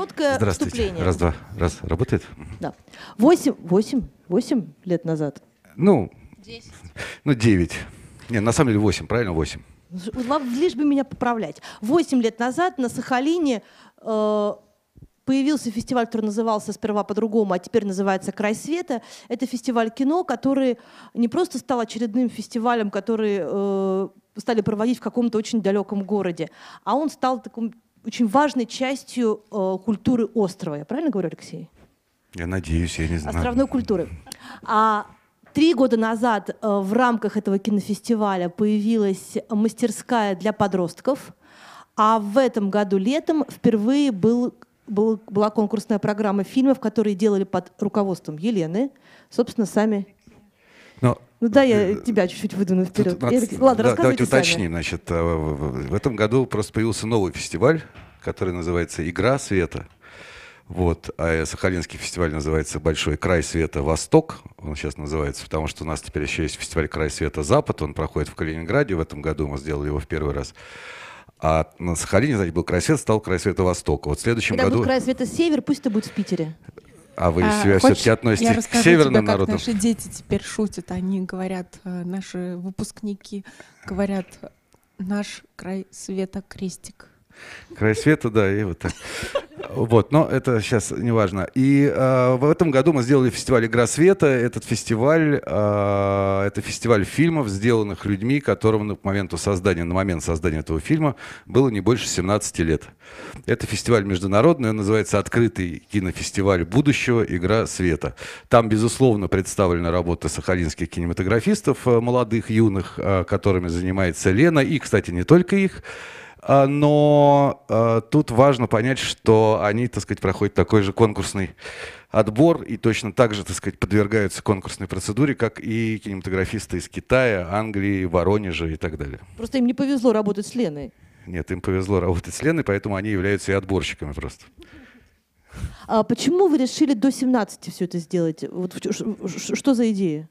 короткое Здравствуйте. вступление. Раз, два. Раз. Работает? Да. 8 лет назад. Ну, 10. ну 9. Не, на самом деле 8, правильно? 8. Лишь бы меня поправлять. 8 лет назад на Сахалине появился фестиваль, который назывался сперва по-другому, а теперь называется «Край света». Это фестиваль кино, который не просто стал очередным фестивалем, который стали проводить в каком-то очень далеком городе, а он стал такой очень важной частью культуры острова. Я правильно говорю, Алексей? Я надеюсь, я не знаю. Островной культуры. 3 года назад в рамках этого кинофестиваля появилась мастерская для подростков, а в этом году летом впервые была конкурсная программа фильмов, которые делали под руководством Елены, собственно, сами. Ну да, я тебя чуть-чуть выдвину вперед. Ладно, рассказывайте давайте сами. уточним. Значит, в этом году просто появился новый фестиваль, который называется «Игра света». Вот. А Сахалинский фестиваль называется «Большой край света Восток». Он сейчас называется, потому что у нас теперь еще есть фестиваль «Край света Запад». Он проходит в Калининграде. В этом году мы сделали его в первый раз. А на Сахалине, знаете, был край света, стал край света Востока. Вот в следующем Когда году... будет край света Север, пусть это будет в Питере. А вы себя все-таки относитесь к северным народам? Наши дети теперь шутят. Они говорят, наши выпускники говорят, наш край света крестик. Край света, да, и вот так. Вот, но это сейчас не важно. И в этом году мы сделали фестиваль «Игра света». Этот фестиваль, это фестиваль фильмов, сделанных людьми, которым на момент создания этого фильма было не больше 17 лет. Это фестиваль международный, он называется «Открытый кинофестиваль будущего. Игра света». Там, безусловно, представлены работы сахалинских кинематографистов, молодых, юных, которыми занимается Лена, и, кстати, не только их. Но тут важно понять, что они, так сказать, проходят такой же конкурсный отбор и точно так же, так сказать, подвергаются конкурсной процедуре, как и кинематографисты из Китая, Англии, Воронежа и так далее. Просто им не повезло работать с Леной. Нет, им повезло работать с Леной, поэтому они являются и отборщиками просто. Почему вы решили до 17 все это сделать? Вот, что за идея?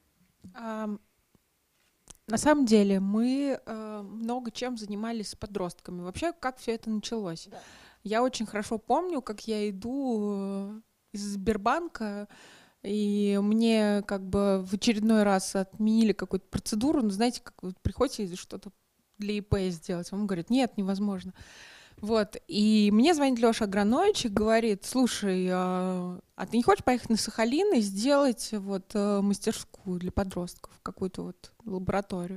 На самом деле мы много чем занимались с подростками. Вообще, как все это началось? Да. Я очень хорошо помню, как я иду из Сбербанка, и мне как бы в очередной раз отменили какую-то процедуру. Ну, знаете, как вы приходите что-то для ИП сделать. Он говорит, нет, невозможно. Вот, и мне звонит Лёша Агранович и говорит, слушай, а ты не хочешь поехать на Сахалин и сделать вот мастерскую для подростков, какую-то вот лабораторию?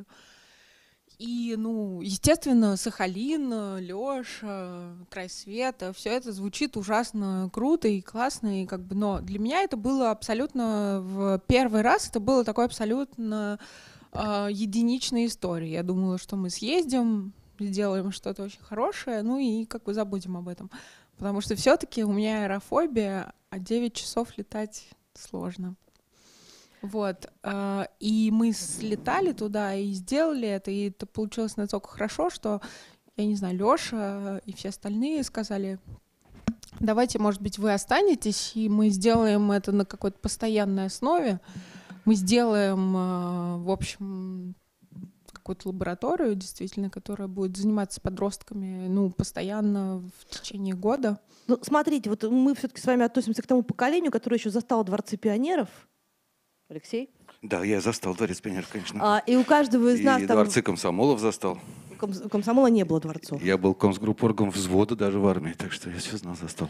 И, ну, естественно, Сахалин, Лёша, край света, все это звучит ужасно круто и классно, и как бы, но для меня это было абсолютно в первый раз, это было такой абсолютно единичной историей. Я думала, что мы съездим, сделаем что-то очень хорошее, ну и как бы забудем об этом. Потому что все-таки у меня аэрофобия, а 9 часов летать сложно. Вот. И мы слетали туда и сделали это, и это получилось настолько хорошо, что, я не знаю, Лёша и все остальные сказали, давайте, может быть, вы останетесь, и мы сделаем это на какой-то постоянной основе. Мы сделаем, в общем, какую-то лабораторию, действительно, которая будет заниматься подростками, ну, постоянно в течение года. Ну, смотрите, вот мы все-таки с вами относимся к тому поколению, которое еще застало дворцы пионеров. Алексей? Да, я застал дворец пионеров, конечно. И у каждого из нас и там... дворцы комсомолов застал. Комсомола не было дворцов. Я был комсгруппоргом взвода даже в армии, так что я все знал, застал.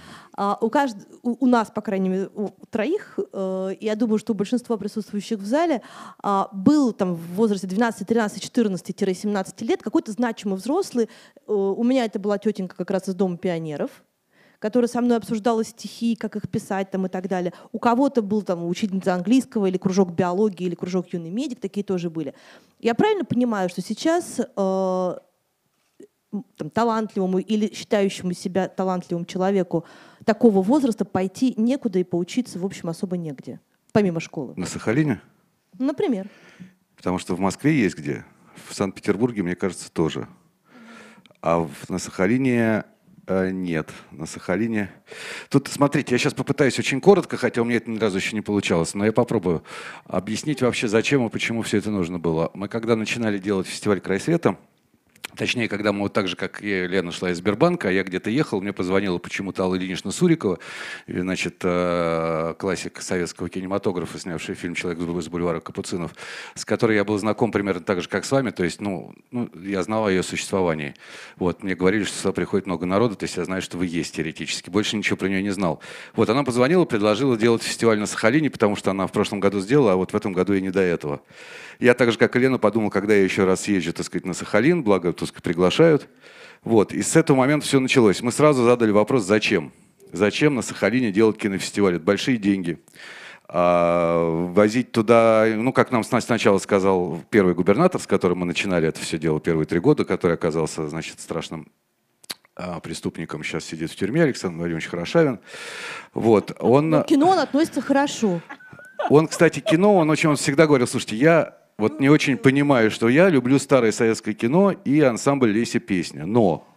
У нас, по крайней мере, у троих, я думаю, что у большинства присутствующих в зале был там в возрасте 12, 13, 14-17 лет какой-то значимый взрослый. У меня это была тетенька как раз из Дома пионеров, которая со мной обсуждала стихи, как их писать там, и так далее. У кого-то был там учительница английского или кружок биологии, или кружок юный медик, такие тоже были. Я правильно понимаю, что сейчас там, талантливому или считающему себя талантливым человеку такого возраста пойти некуда и поучиться, в общем, особо негде, помимо школы? На Сахалине? Например. Потому что в Москве есть где. В Санкт-Петербурге, мне кажется, тоже. А на Сахалине... Нет, на Сахалине. Тут, смотрите, я сейчас попытаюсь очень коротко, хотя у меня это ни разу еще не получалось, но я попробую объяснить вообще, зачем и почему все это нужно было. Мы когда начинали делать фестиваль «Край света», Точнее, когда мы вот так же, как и Лена шла из Сбербанка, а я где-то ехал, мне позвонила почему-то Алла Ильинична Сурикова, значит, классик советского кинематографа, снявший фильм «Человек с бульвара Капуцинов», с которой я был знаком примерно так же, как с вами, то есть, я знал о ее существовании. Вот, мне говорили, что сюда приходит много народу, то есть я знаю, что вы есть теоретически. Больше ничего про нее не знал. Вот, она позвонила, предложила делать фестиваль на Сахалине, потому что она в прошлом году сделала, а вот в этом году и не до этого. Я так же, как и Лена, подумал, когда я еще раз езжу, так сказать, на Сахалин, благо, так сказать, приглашают. Вот. И с этого момента все началось. Мы сразу задали вопрос, зачем? Зачем на Сахалине делать кинофестиваль? Это большие деньги. Возить туда, как нам сначала сказал первый губернатор, с которым мы начинали это все дело первые 3 года, который оказался, значит, страшным преступником, сейчас сидит в тюрьме, Александр Владимирович Хорошавин. Вот. К кино он относится хорошо. Он, кстати, кино, он всегда говорил, слушайте, я вот не очень понимаю, что я люблю старое советское кино и ансамбль «Леся песня». Но,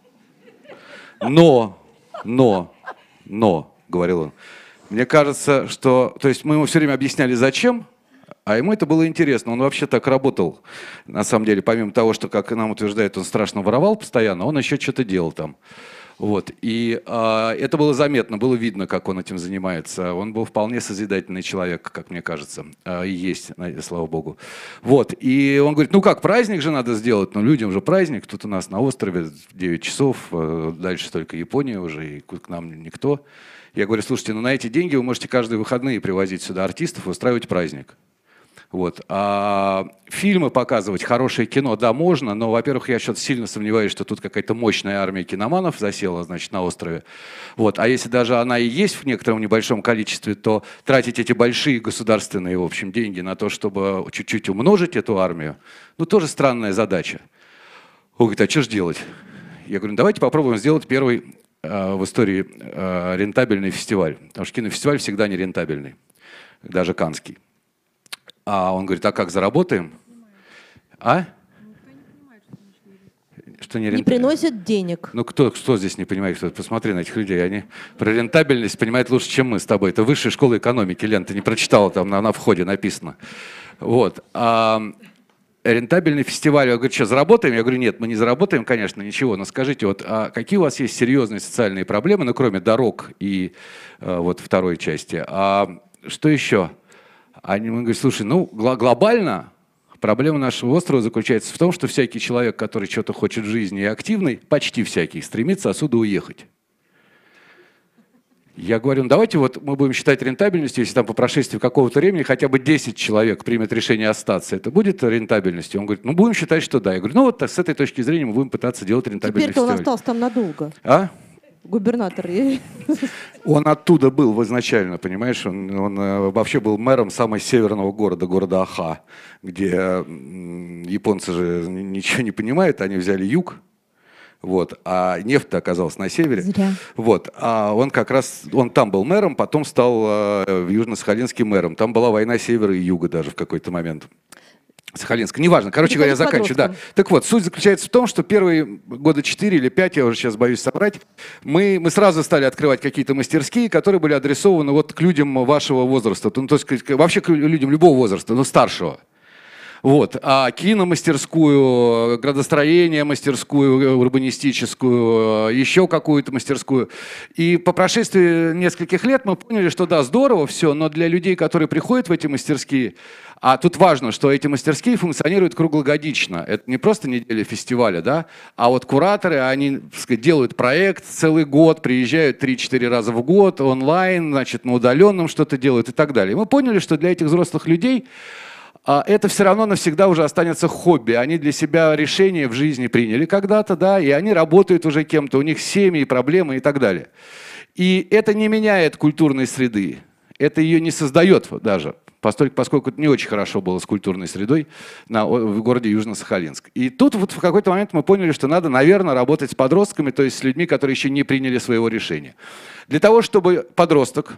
говорил он, мне кажется, что... То есть мы ему все время объясняли, зачем, а ему это было интересно. Он вообще так работал. На самом деле, помимо того, что, как нам утверждают, он страшно воровал постоянно, он еще что-то делал там. Вот. И это было заметно, было видно, как он этим занимается. Он был вполне созидательный человек, как мне кажется. И есть, слава богу. Вот. И он говорит, как, праздник же надо сделать? Людям же праздник. Тут у нас на острове 9 часов, дальше только Япония уже, и к нам никто. Я говорю, слушайте, на эти деньги вы можете каждые выходные привозить сюда артистов и устраивать праздник. Вот. А фильмы показывать, хорошее кино, да, можно, но, во-первых, я что-то сильно сомневаюсь, что тут какая-то мощная армия киноманов засела, значит, на острове. Вот. А если даже она и есть в некотором небольшом количестве, то тратить эти большие государственные, в общем, деньги на то, чтобы чуть-чуть умножить эту армию, тоже странная задача. Он говорит, а что же делать? Я говорю, давайте попробуем сделать первый в истории рентабельный фестиваль. Потому что кинофестиваль всегда не рентабельный, даже каннский. А он говорит, а как, заработаем? А? Что не приносит денег. Кто здесь не понимает? Посмотри на этих людей. Они про рентабельность понимают лучше, чем мы с тобой. Это высшая школа экономики, Лен, ты не прочитала, там на входе написано. Вот. Рентабельный фестиваль, я говорю, что, заработаем? Я говорю, нет, мы не заработаем, конечно, ничего, но скажите, а какие у вас есть серьезные социальные проблемы, кроме дорог и второй части, что еще? Они говорят, слушай, глобально проблема нашего острова заключается в том, что всякий человек, который что-то хочет в жизни и активный, почти всякий, стремится отсюда уехать. Я говорю, давайте мы будем считать рентабельностью, если там по прошествии какого-то времени хотя бы 10 человек примет решение остаться. Это будет рентабельностью? Он говорит, будем считать, что да. Я говорю, с этой точки зрения мы будем пытаться делать рентабельный фестиваль. Теперь-то он остался там надолго. Губернатор. Он оттуда был изначально, понимаешь? Он вообще был мэром самого северного города Аха, где японцы же ничего не понимают, они взяли юг, а нефть оказалась на севере. Зря. А он он там был мэром, потом стал южно-сахалинским мэром. Там была война севера и юга даже в какой-то момент. Сахалинска. Неважно. Короче говоря, я заканчиваю. Да. Так вот, суть заключается в том, что первые года 4 или 5, я уже сейчас боюсь соврать, мы сразу стали открывать какие-то мастерские, которые были адресованы к людям вашего возраста. То есть вообще к людям любого возраста, но старшего. А киномастерскую, градостроение мастерскую, урбанистическую, еще какую-то мастерскую. И по прошествии нескольких лет мы поняли, что да, здорово все, но для людей, которые приходят в эти мастерские, а тут важно, что эти мастерские функционируют круглогодично. Это не просто неделя фестиваля, да, а кураторы, они, так сказать, делают проект целый год, приезжают 3-4 раза в год, онлайн, значит, на удаленном что-то делают и так далее. И мы поняли, что для этих взрослых людей это все равно навсегда уже останется хобби. Они для себя решения в жизни приняли когда-то, да, и они работают уже кем-то, у них семьи, проблемы и так далее. И это не меняет культурной среды, это ее не создает даже, поскольку это не очень хорошо было с культурной средой в городе Южно-Сахалинск. И тут в какой-то момент мы поняли, что надо, наверное, работать с подростками, то есть с людьми, которые еще не приняли своего решения. Для того, чтобы подросток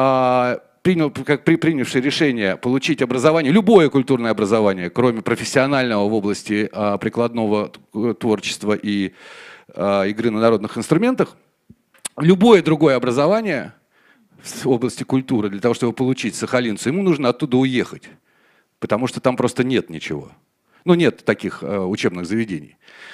принявший решение получить образование, любое культурное образование, кроме профессионального в области прикладного творчества и игры на народных инструментах, любое другое образование в области культуры, для того, чтобы получить сахалинцу, ему нужно оттуда уехать, потому что там просто нет ничего. Нет таких учебных заведений.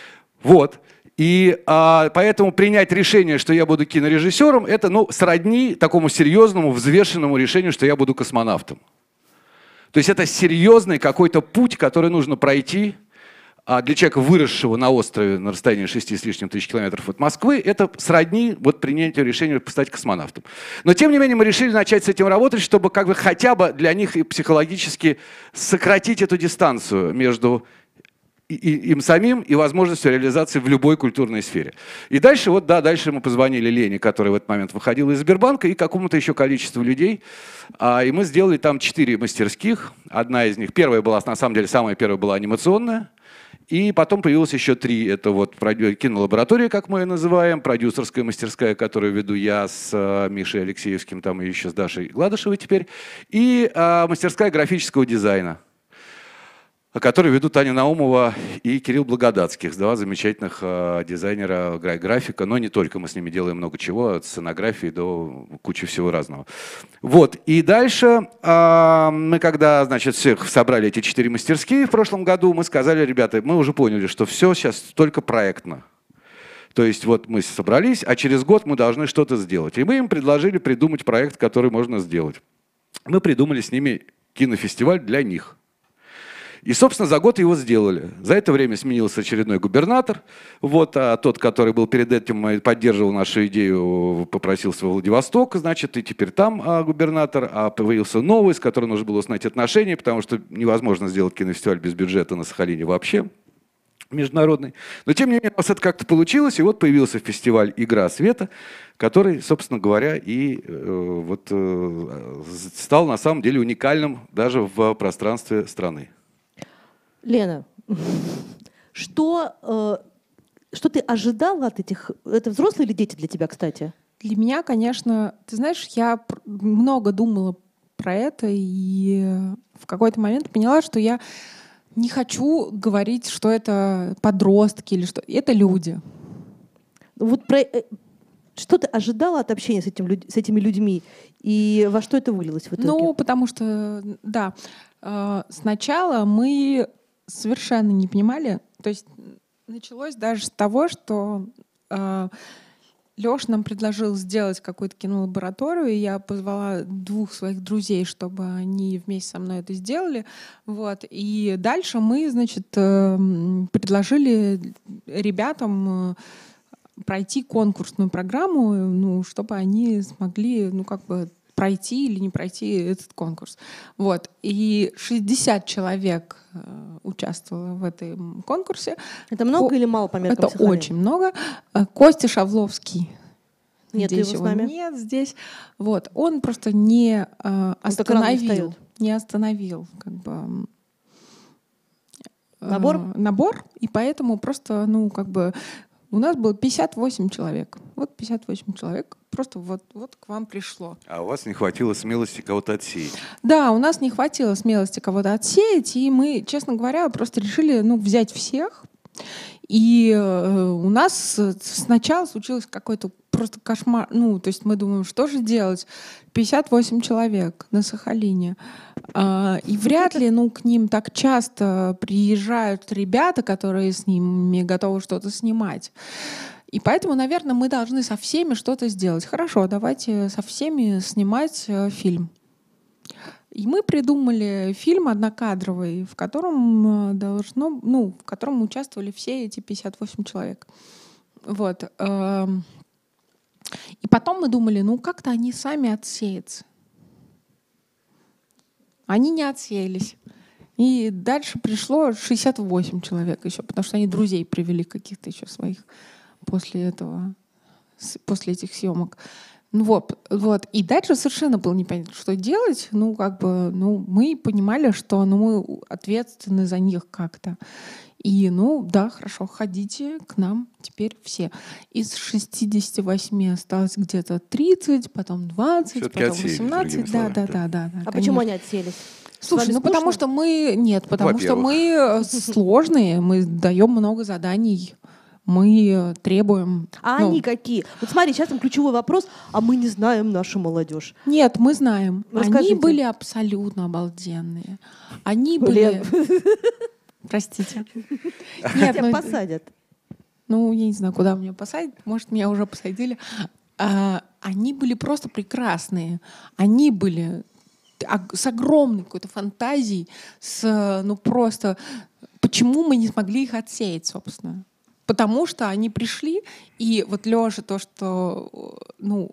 Вот. И поэтому принять решение, что я буду кинорежиссером, это сродни такому серьезному, взвешенному решению, что я буду космонавтом. То есть это серьезный какой-то путь, который нужно пройти. А для человека, выросшего на острове на расстоянии 6 с лишним тысяч километров от Москвы, это сродни принятию решения стать космонавтом. Но тем не менее мы решили начать с этим работать, чтобы хотя бы для них и психологически сократить эту дистанцию между им самим и возможностью реализации в любой культурной сфере. И дальше, дальше мы позвонили Лене, которая в этот момент выходила из Сбербанка, и какому-то еще количеству людей. И мы сделали там 4 мастерских. Одна из них, первая была, на самом деле, самая первая была анимационная. И потом появилось еще 3. Это кинолаборатория, как мы ее называем, продюсерская мастерская, которую веду я с Мишей Алексеевским, там и еще с Дашей Гладышевой теперь, и мастерская графического дизайна, который ведут Таня Наумова и Кирилл Благодатских, 2 замечательных дизайнера графика, но не только, мы с ними делаем много чего, от сценографии до кучи всего разного. И дальше мы, когда, всех собрали эти 4 мастерские в прошлом году, мы сказали: ребята, мы уже поняли, что все сейчас только проектно. То есть мы собрались, а через год мы должны что-то сделать. И мы им предложили придумать проект, который можно сделать. Мы придумали с ними кинофестиваль для них. И, собственно, за год его сделали. За это время сменился очередной губернатор. А тот, который был перед этим, поддерживал нашу идею, попросился во Владивосток, и теперь там губернатор. А появился новый, с которым нужно было узнать отношения, потому что невозможно сделать кинофестиваль без бюджета на Сахалине вообще, международный. Но, тем не менее, у нас это как-то получилось, и появился фестиваль «Игра света», который, собственно говоря, и стал на самом деле уникальным даже в пространстве страны. Лена, что ты ожидала от этих... Это взрослые или дети для тебя, кстати? Для меня, конечно, ты знаешь, я много думала про это, и в какой-то момент поняла, что я не хочу говорить, что это подростки или что... Это люди. Что ты ожидала от общения с этими людьми? И во что это вылилось в итоге? Потому что, да, сначала мы совершенно не понимали. То есть началось даже с того, что Лёша нам предложил сделать какую-то кинолабораторию, и я позвала 2 своих друзей, чтобы они вместе со мной это сделали. И дальше мы, предложили ребятам пройти конкурсную программу, чтобы они смогли, пройти или не пройти этот конкурс. И 60 человек участвовало в этом конкурсе. Это много или мало по меркам Сахалина? Это очень много. Костя Шавловский. Нет его с нами. Нет здесь. Он просто не остановил. Не остановил набор. И поэтому просто, у нас было 58 человек. 58 человек просто к вам пришло. А у вас не хватило смелости кого-то отсеять? Да, у нас не хватило смелости кого-то отсеять, и мы, честно говоря, просто решили взять всех. И у нас сначала случилось какой-то просто кошмар. То есть мы думаем, что же делать? 58 человек на Сахалине. И вряд ли к ним так часто приезжают ребята, которые с ними готовы что-то снимать. И поэтому, наверное, мы должны со всеми что-то сделать. Хорошо, давайте со всеми снимать фильм. И мы придумали фильм однокадровый, в котором в котором участвовали все эти 58 человек. И потом мы думали, как-то они сами отсеются. Они не отсеялись. И дальше пришло 68 человек еще, потому что они друзей привели каких-то еще своих после этих съемок. И дальше совершенно было непонятно, что делать. Мы понимали, что мы ответственны за них как-то. И, да, хорошо, ходите к нам теперь все. Из 68 осталось где-то 30, потом 20, все-таки потом 18. Да. А почему они отселись? Слушай, потому что мы сложные, мы даем много заданий. Мы требуем... они какие? Смотри, сейчас там ключевой вопрос, а мы не знаем нашу молодежь. Нет, мы знаем. Расскажите. Они были абсолютно обалденные. Они были... Простите. Тебя посадят. ну, я не знаю, куда меня посадят, может, меня уже посадили. Они были просто прекрасные. Они были с огромной какой-то фантазией, ну просто... Почему мы не смогли их отсеять, собственно? Потому что они пришли, и вот Лёша, то, что, ну,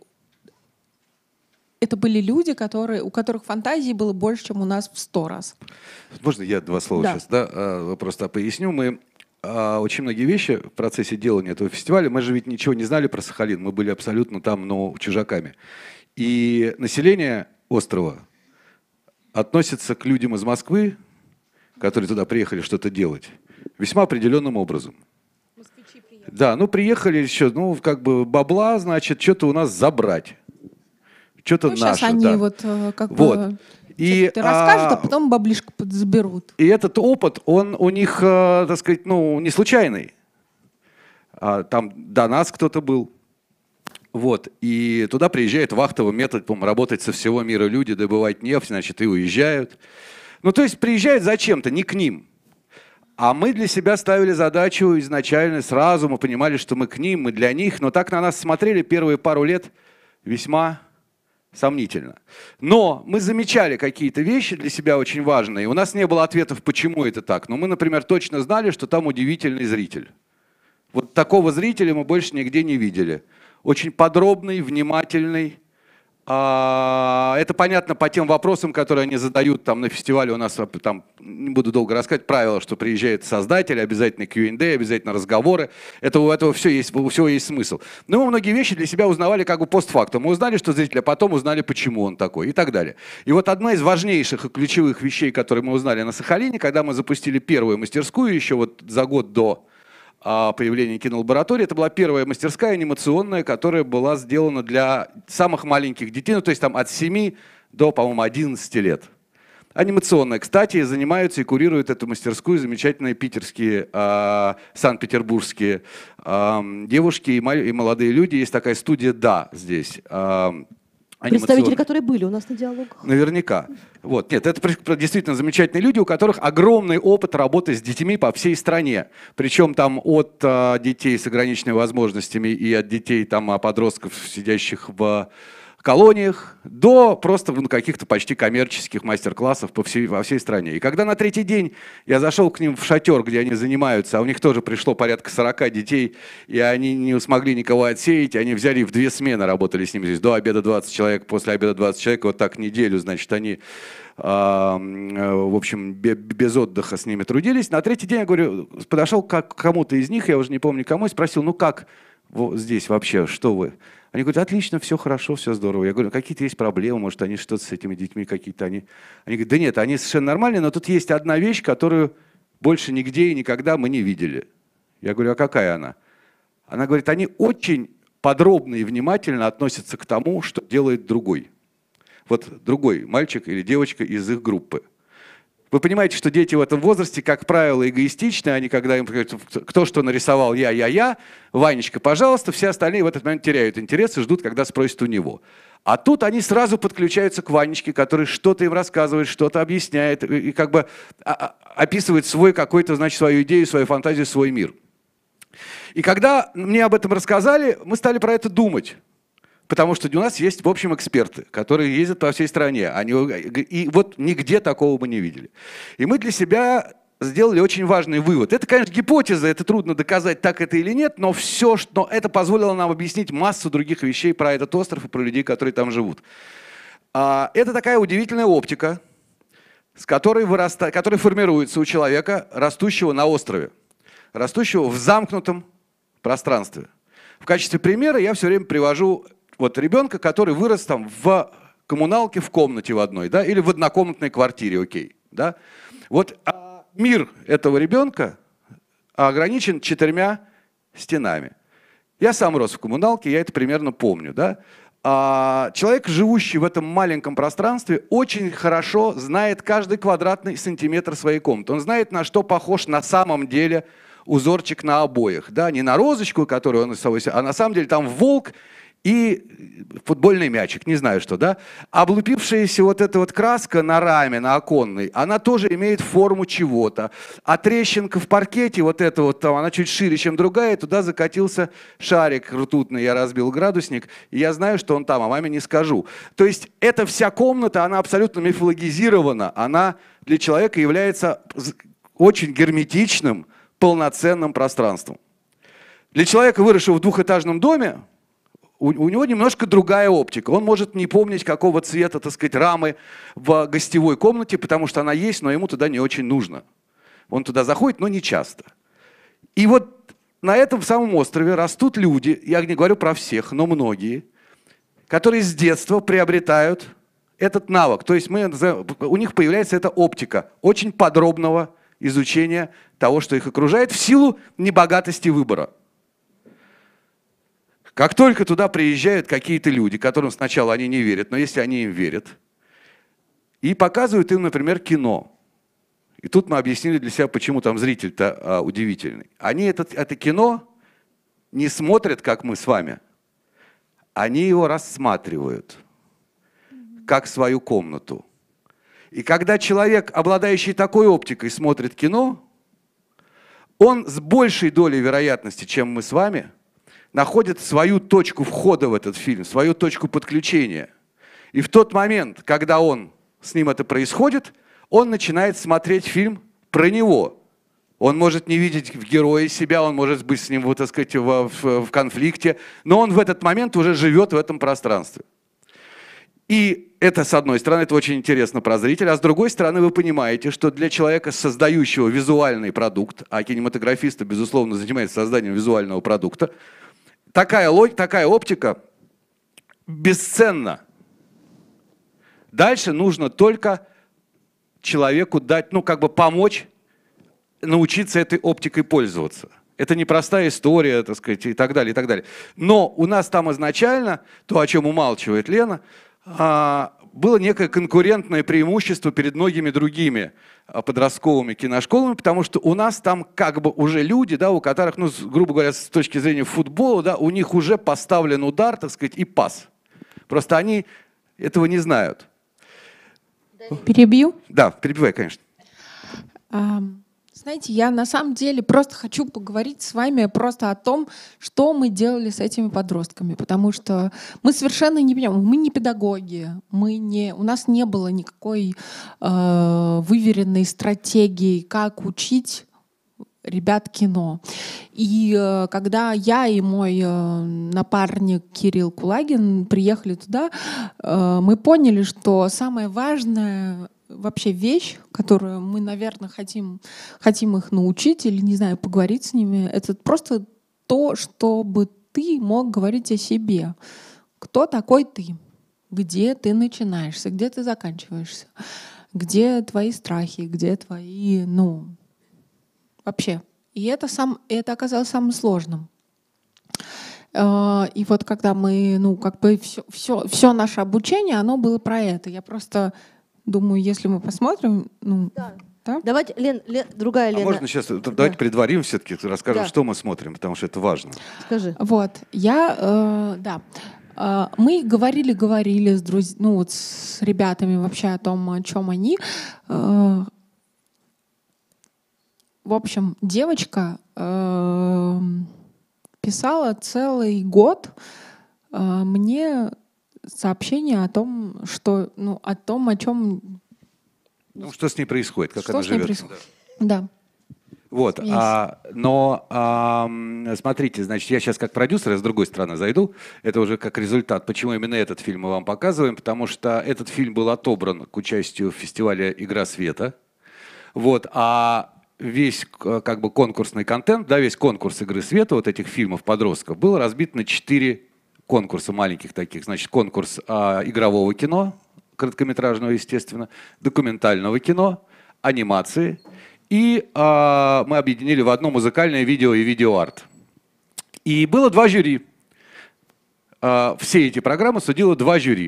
это были люди, у которых фантазии было больше, чем у нас в 100 раз. Можно я два слова сейчас, да, просто поясню? Мы очень многие вещи в процессе делания этого фестиваля, мы же ведь ничего не знали про Сахалин, мы были абсолютно там, ну, чужаками. И население острова относится к людям из Москвы, которые туда приехали что-то делать, весьма определенным образом. Москвичи приехали. Да, ну приехали еще, ну как бы бабла, значит, что-то у нас забрать. Что-то наше. Сейчас они да. вот как вот. бы И, расскажут, а потом баблишко заберут. И этот опыт, он у них, так сказать, ну, не случайный. Там до нас кто-то был. Вот. И туда приезжает вахтовый метод, по-моему, работать со всего мира люди, добывать нефть, значит, и уезжают. Ну, то есть приезжают зачем-то, не к ним. А мы для себя ставили задачу изначально, сразу мы понимали, что мы к ним, мы для них, но так на нас смотрели первые пару лет весьма сомнительно. Но мы замечали какие-то вещи для себя очень важные. У нас не было ответов, почему это так. Но мы, например, точно знали, что там удивительный зритель. Вот такого зрителя мы больше нигде не видели. Очень подробный, внимательный. Это понятно по тем вопросам, которые они задают там на фестивале. У нас, там, не буду долго рассказывать, правило, что приезжает создатель, обязательно Q&A, обязательно разговоры. У этого всего есть смысл. Но мы многие вещи для себя узнавали как бы постфактум. Мы узнали, что зритель, а потом узнали, почему он такой и так далее. И вот одна из важнейших и ключевых вещей, которые мы узнали на Сахалине, когда мы запустили первую мастерскую еще вот за год до появления кинолаборатории. Это была первая мастерская анимационная, которая была сделана для самых маленьких детей, ну то есть там от 7 до, по-моему, 11 лет. Анимационная. Кстати, занимаются и курируют эту мастерскую замечательные питерские, санкт-петербургские девушки и молодые люди. Есть такая студия «Да» здесь. Представители, которые были у нас на диалогах. Наверняка. Вот. Нет, это действительно замечательные люди, у которых огромный опыт работы с детьми по всей стране. Причем там от детей с ограниченными возможностями и от детей там, подростков, сидящих в колониях, до просто каких-то почти коммерческих мастер-классов во всей стране. И когда на третий день я зашел к ним в шатер, где они занимаются, а у них тоже пришло порядка 40 детей, и они не смогли никого отсеять, они взяли и в 2 смены работали с ними здесь. До обеда 20 человек, после обеда 20 человек, вот так неделю, значит, они, в общем, без отдыха с ними трудились. На третий день я говорю, подошел к кому-то из них, я уже не помню кому, и спросил, ну как здесь вообще, что вы? Они говорят, отлично, все хорошо, все здорово. Я говорю, какие-то есть проблемы, может, они что-то с этими детьми какие-то они... Они говорят, да нет, они совершенно нормальные, но тут есть одна вещь, которую больше нигде и никогда мы не видели. Я говорю, а какая она? Она говорит, они очень подробно и внимательно относятся к тому, что делает другой. Вот другой мальчик или девочка из их группы. Вы понимаете, что дети в этом возрасте, как правило, эгоистичны. Они, когда им говорят, кто что нарисовал, я, Ванечка, пожалуйста, все остальные в этот момент теряют интерес и ждут, когда спросят у него. А тут они сразу подключаются к Ванечке, который что-то им рассказывает, что-то объясняет и как бы описывает свой какой-то, значит, свою идею, свою фантазию, свой мир. И когда мне об этом рассказали, мы стали про это думать. Потому что у нас есть, в общем, эксперты, которые ездят по всей стране. И вот нигде такого мы не видели. И мы для себя сделали очень важный вывод. Это, конечно, гипотеза, это трудно доказать, так это или нет, но это позволило нам объяснить массу других вещей про этот остров и про людей, которые там живут. Это такая удивительная оптика, которая формируется у человека, растущего на острове, растущего в замкнутом пространстве. В качестве примера я все время привожу вот ребенка, который вырос там в коммуналке в комнате в одной, да, или в однокомнатной квартире, окей, да. Вот мир этого ребенка ограничен 4 стенами. Я сам рос в коммуналке, я это примерно помню, да. Человек, живущий в этом маленьком пространстве, очень хорошо знает каждый квадратный сантиметр своей комнаты. Он знает, на что похож на самом деле узорчик на обоях, да, не на розочку, которую он рисовал, а на самом деле там волк и футбольный мячик, не знаю что, да? Облупившаяся вот эта вот краска на раме, на оконной, она тоже имеет форму чего-то. А трещинка в паркете, вот эта вот там, она чуть шире, чем другая, туда закатился шарик ртутный, я разбил градусник, и я знаю, что он там, а маме не скажу. То есть эта вся комната, она абсолютно мифологизирована, она для человека является очень герметичным, полноценным пространством. Для человека, выросшего в двухэтажном доме, у него немножко другая оптика. Он может не помнить, какого цвета, так сказать, рамы в гостевой комнате, потому что она есть, но ему туда не очень нужно. Он туда заходит, но не часто. И вот на этом самом острове растут люди, я не говорю про всех, но многие, которые с детства приобретают этот навык. То есть у них появляется эта оптика очень подробного изучения того, что их окружает, в силу небогатости выбора. Как только туда приезжают какие-то люди, которым сначала они не верят, но если они им верят, и показывают им, например, кино. И тут мы объяснили для себя, почему там зритель-то удивительный. Они это кино не смотрят, как мы с вами. Они его рассматривают, как свою комнату. И когда человек, обладающий такой оптикой, смотрит кино, он с большей долей вероятности, чем мы с вами, находит свою точку входа в этот фильм, свою точку подключения. И в тот момент, когда с ним это происходит, он начинает смотреть фильм про него. Он может не видеть в герое себя, он может быть с ним, вот, так сказать, в конфликте, но он в этот момент уже живет в этом пространстве. И это, с одной стороны, это очень интересно про зрителя, а с другой стороны, вы понимаете, что для человека, создающего визуальный продукт, а кинематографисты, безусловно, занимаются созданием визуального продукта, такая оптика бесценна. Дальше нужно только человеку дать, помочь научиться этой оптикой пользоваться. Это непростая история, так сказать, и так далее, и так далее. Но у нас там изначально, то, о чем умалчивает Лена, было некое конкурентное преимущество перед многими другими подростковыми киношколами, потому что у нас там как бы уже люди, да, у которых, грубо говоря, с точки зрения футбола, да, у них уже поставлен удар, так сказать, и пас. Просто они этого не знают. Перебью? Да, перебивай, конечно. Знаете, я на самом деле просто хочу поговорить с вами просто о том, что мы делали с этими подростками, потому что мы совершенно не понимаем, мы не педагоги, у нас не было никакой выверенной стратегии, как учить ребят кино. И когда я и мой напарник Кирилл Кулагин приехали туда, мы поняли, что самое важное вообще вещь, которую мы, наверное, хотим их научить или, не знаю, поговорить с ними, это просто то, чтобы ты мог говорить о себе. Кто такой ты? Где ты начинаешься? Где ты заканчиваешься? Где твои страхи? Где твои, вообще. И это оказалось самым сложным. И вот когда мы, все наше обучение, оно было про это. Я просто думаю, если мы посмотрим, да. Да? Давайте, другая Лена. Можно сейчас, давайте предварим все-таки, расскажем, что мы смотрим, потому что это важно. Скажи. Вот, мы говорили с ребятами вообще о том, о чем они. В общем, девочка писала целый год мне сообщение о том, о чем... что с ней происходит, как она живет. Да. Вот, смотрите, значит, я сейчас как продюсер, я с другой стороны зайду, это уже как результат, почему именно этот фильм мы вам показываем, потому что этот фильм был отобран к участию в фестивале «Игра света», вот, а весь как бы конкурсный контент, да, весь конкурс «Игры света» вот этих фильмов подростков был разбит на 4 конкурса маленьких таких, значит, конкурс игрового кино, короткометражного, естественно, документального кино, анимации, и мы объединили в одно музыкальное видео и видеоарт. И было 2 жюри. Все эти программы судило 2 жюри.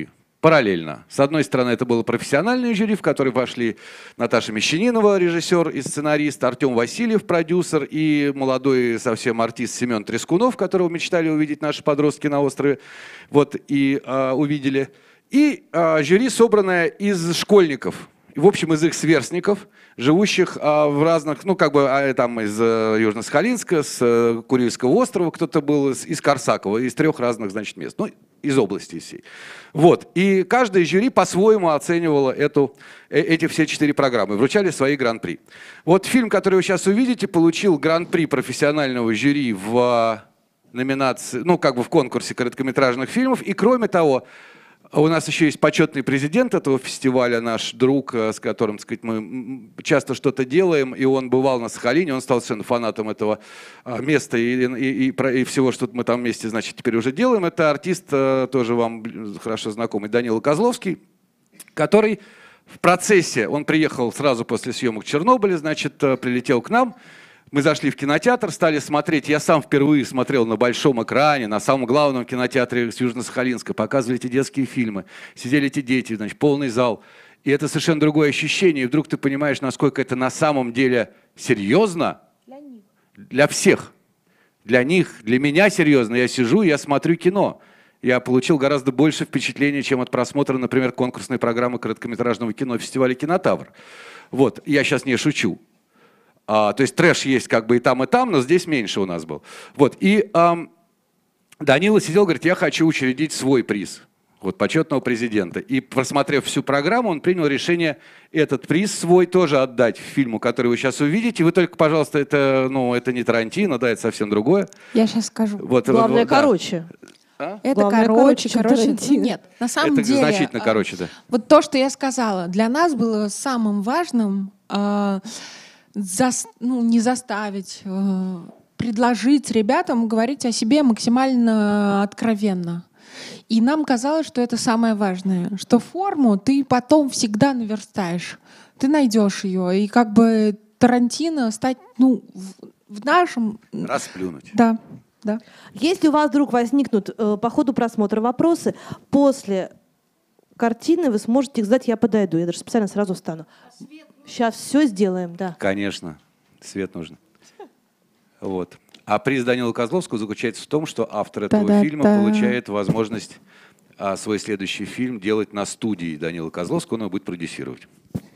параллельно. С одной стороны, это было профессиональное жюри, в которое вошли Наташа Мещанинова, режиссер и сценарист, Артем Васильев, продюсер, и молодой совсем артист Семен Трескунов, которого мечтали увидеть наши подростки на острове, вот, и увидели. И жюри, собранное из школьников, в общем, из их сверстников, живущих в разных, ну, как бы, там из Южно-Сахалинска, с Курильского острова, кто-то был из Корсакова, из 3 разных, значит, мест, ну, из области всей. Вот. И каждое жюри по-своему оценивало эти все 4 программы, вручали свои гран-при. Вот фильм, который вы сейчас увидите, получил гран-при профессионального жюри в номинации, ну, как бы в конкурсе короткометражных фильмов, и кроме того, у нас еще есть почетный президент этого фестиваля, наш друг, с которым, так сказать, мы часто что-то делаем, и он бывал на Сахалине, он стал совершенно фанатом этого места и всего, что мы там вместе, значит, теперь уже делаем. Это артист, тоже вам хорошо знакомый, Данила Козловский, который в процессе, он приехал сразу после съемок Чернобыля, значит, прилетел к нам. Мы зашли в кинотеатр, стали смотреть. Я сам впервые смотрел на большом экране, на самом главном кинотеатре с Южно-Сахалинска. Показывали эти детские фильмы. Сидели эти дети, значит, полный зал. И это совершенно другое ощущение. И вдруг ты понимаешь, насколько это на самом деле серьезно. Для них. Для всех. Для них, для меня серьезно. Я сижу, я смотрю кино. Я получил гораздо больше впечатлений, чем от просмотра, например, конкурсной программы короткометражного кино фестиваля «Кинотавр». Вот, я сейчас не шучу. То есть трэш есть как бы и там, но здесь меньше у нас был. Вот. И Данила сидел, говорит, я хочу учредить свой приз, вот, почетного президента. И, просмотрев всю программу, он принял решение этот приз свой тоже отдать фильму, который вы сейчас увидите. Вы только, пожалуйста, это не Тарантино, да, это совсем другое. Я сейчас скажу. Вот, Главное, да. короче. Это Главное, короче. чем Тарантино. Нет, на самом Это деле... значительно короче, да. Вот то, что я сказала, для нас было самым важным не заставить, предложить ребятам говорить о себе максимально откровенно. И нам казалось, что это самое важное, что форму ты потом всегда наверстаешь, ты найдешь ее, и как бы Тарантино стать, в нашем... Расплюнуть. Да, да. Если у вас вдруг возникнут по ходу просмотра вопросы, после картины вы сможете их задать, я подойду, я даже специально сразу встану. Сейчас все сделаем, да. Конечно, свет нужен. Вот. А приз Данила Козловского заключается в том, что автор этого фильма получает возможность свой следующий фильм делать на студии Данила Козловского, он его будет продюсировать.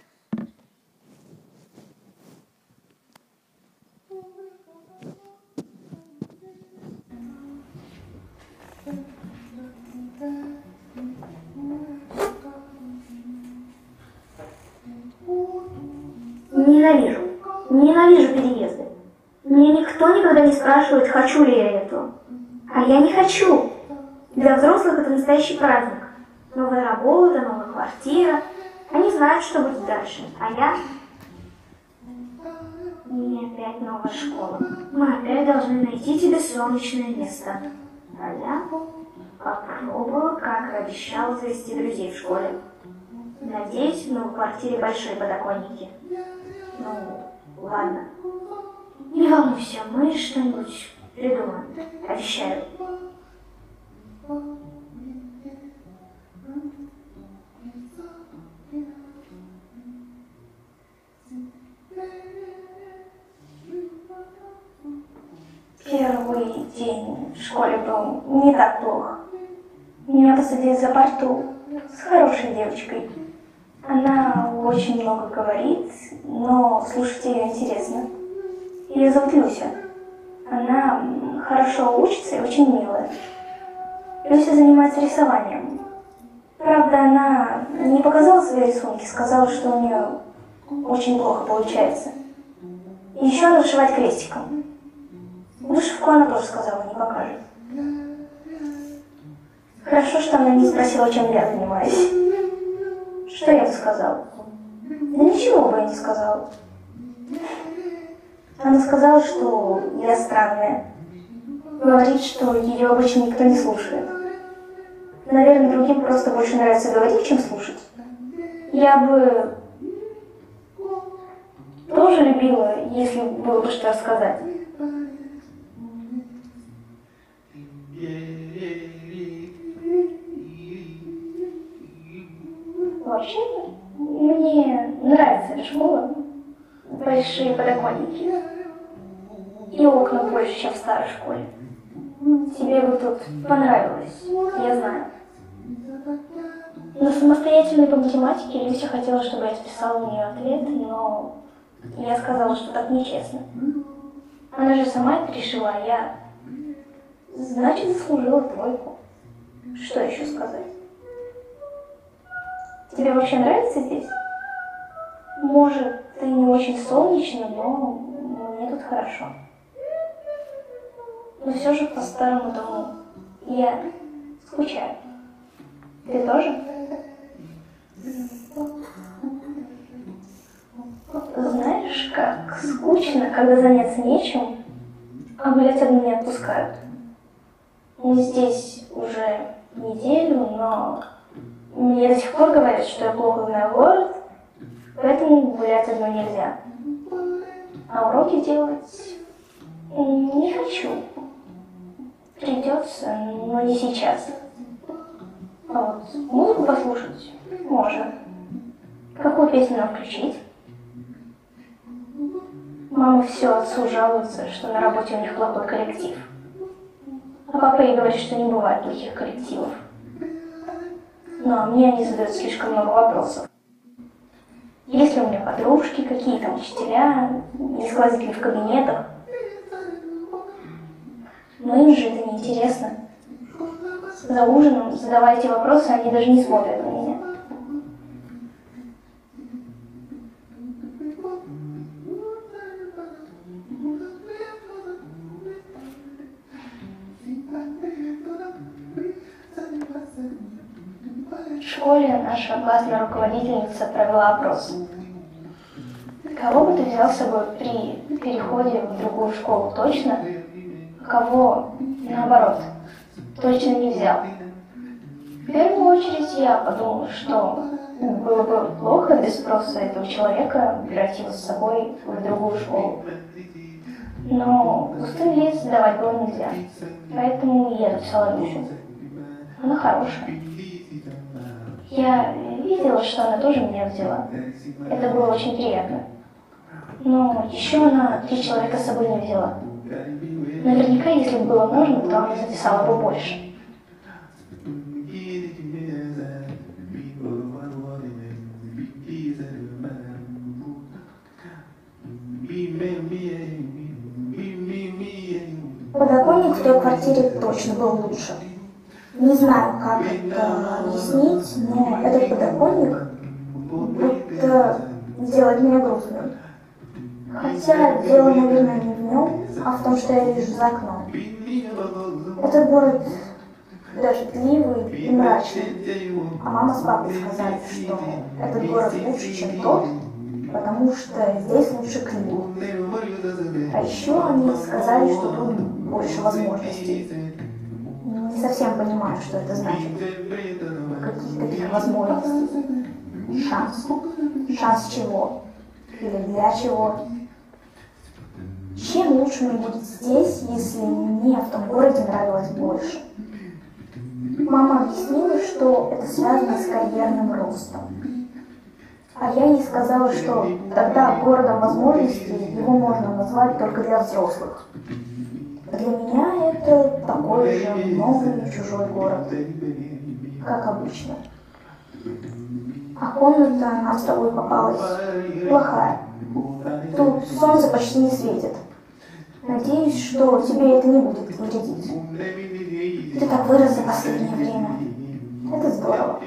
Ненавижу переезды. Меня никто никогда не спрашивает, хочу ли я этого. А я не хочу. Для взрослых это настоящий праздник. Новая работа, новая квартира. Они знают, что будет дальше. А я... И опять новая школа. Мы опять должны найти тебе солнечное место. А я попробую, как и обещала, завести друзей в школе. Надеюсь, в новой квартире большие подоконники. Ладно. Не волнуйся, мы что-нибудь придумаем. Обещаю. Первый день в школе был не так плохо. Меня посадили за парту с хорошей девочкой. Она очень много говорит, но слушать ее интересно. Ее зовут Люся. Она хорошо учится и очень милая. Люся занимается рисованием. Правда, она не показала свои рисунки, сказала, что у нее очень плохо получается. И еще она вышивает крестиком. Вышивку она тоже сказала, не покажет. Хорошо, что она не спросила, чем я занимаюсь. Что я бы сказала? Да ничего бы я не сказала. Она сказала, что я странная. Говорит, что ее обычно никто не слушает. Наверное, другим просто больше нравится говорить, чем слушать. Я бы тоже любила, если было бы что рассказать. Вообще, мне нравится эта школа. Большие подоконники. И окна больше, чем в старой школе. Тебе бы тут понравилось, я знаю. На самостоятельной по математике Люся хотела, чтобы я списала у нее ответ, но я сказала, что так нечестно. Она же сама это решила, а я, значит, заслужила двойку. Что еще сказать? Тебе вообще нравится здесь? Может, ты не очень солнечно, но мне тут хорошо. Но все же по старому дому я скучаю. Ты тоже? Знаешь, как скучно, когда заняться нечем, а гулять одну не отпускают. Мы здесь уже неделю, но мне до сих пор говорят, что я плохо знаю город, поэтому гулять одну нельзя. А уроки делать не хочу. Придется, но не сейчас. А вот музыку послушать можно. Какую песню нам включить? Мама все отцу жалуется, что на работе у них плохой коллектив. А папа ей говорит, что не бывает плохих коллективов. Но мне они задают слишком много вопросов. Есть ли у меня подружки, какие там учителя, не сквозит ли в кабинетах. Но им же это неинтересно. За ужином, задавая эти вопросы, они даже не смотрят на меня. В школе наша классная руководительница провела опрос. Кого бы ты взял с собой при переходе в другую школу точно, а кого, наоборот, точно не взял? В первую очередь я подумала, что было бы плохо без спроса этого человека брать его с собой в другую школу. Но пустым виз сдавать было нельзя, поэтому я написала Люсю. Она хорошая. Я видела, что она тоже меня взяла. Это было очень приятно. Но еще она 3 человека с собой не взяла. Наверняка, если бы было можно, то она записала бы больше. Подоконник в той квартире точно был лучше. Не знаю, как это объяснить, но этот подоконник будто делает меня грустным. Хотя дело, наверное, не в нем, а в том, что я вижу за окном. Этот город дождливый и мрачный. А мама с папой сказали, что этот город лучше, чем тот, потому что здесь лучше климат. А еще они сказали, что тут больше возможностей. Не совсем понимаю, что это значит. Каких возможностей? Шанс. Шанс чего? Или для чего? Чем лучше мне будет здесь, если мне в том городе нравилось больше? Мама объяснила, что это связано с карьерным ростом. А я ей сказала, что тогда городом возможностей его можно назвать только для взрослых. Для меня это такой же новый чужой город, как обычно. А комната нам с тобой попалась плохая. Тут солнце почти не светит. Надеюсь, что тебе это не будет вредить. Ты так вырос за последнее время. Это здорово.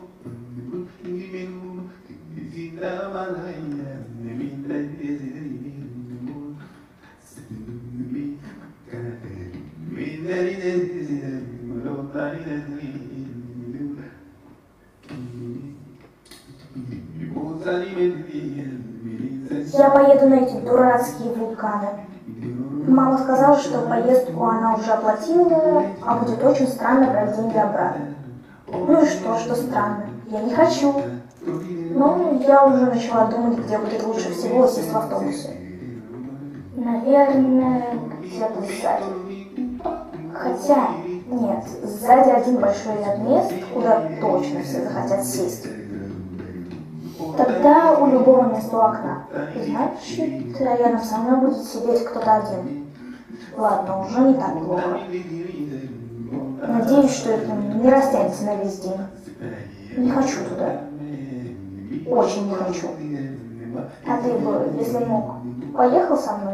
Я поеду на эти дурацкие вулканы. Мама сказала, что поездку она уже оплатила, а будет очень странно брать деньги обратно. Ну и что странно? Я не хочу. Но я уже начала думать, где будет лучше всего сесть в автобусе. Наверное, где-то сзади. Хотя, нет, сзади один большой ряд мест, куда точно все захотят сесть. Тогда у любого места у окна. Значит, рядом со мной будет сидеть кто-то один. Ладно, уже не так плохо. Надеюсь, что это не растянется на весь день. Не хочу туда. Очень не хочу. А ты бы, если мог, поехал со мной?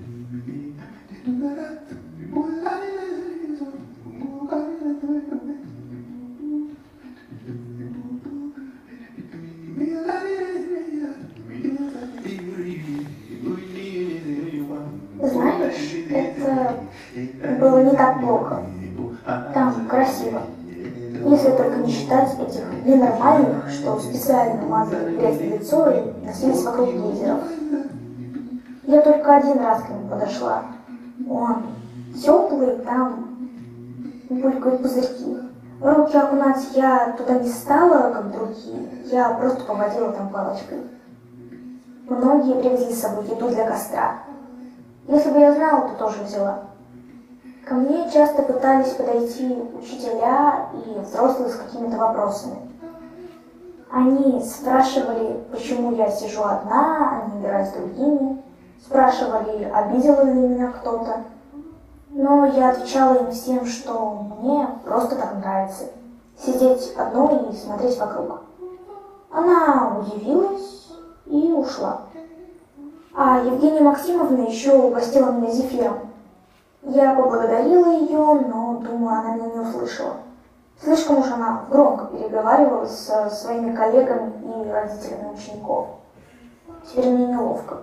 Знаешь, это было не так плохо. Там красиво. Если только не считать этих ненормальных, что специально мазали грязь в лицо и носились вокруг гейзеров. Я только один раз к нему подошла. Он теплый, там булькают пузырьки. Руки окунать я туда не стала, как другие. Я просто поводила там палочкой. Многие привезли с собой еду для костра. Если бы я знала, то тоже взяла. Ко мне часто пытались подойти учителя и взрослые с какими-то вопросами. Они спрашивали, почему я сижу одна, а не играю с другими. Спрашивали, обидел ли меня кто-то. Но я отвечала им всем, что мне просто так нравится. Сидеть одной и смотреть вокруг. Она удивилась и ушла. А Евгения Максимовна еще угостила меня зефиром. Я поблагодарила ее, но, думаю, она меня не услышала. Слишком уж она громко переговаривалась со своими коллегами и родителями учеников. Теперь мне неловко.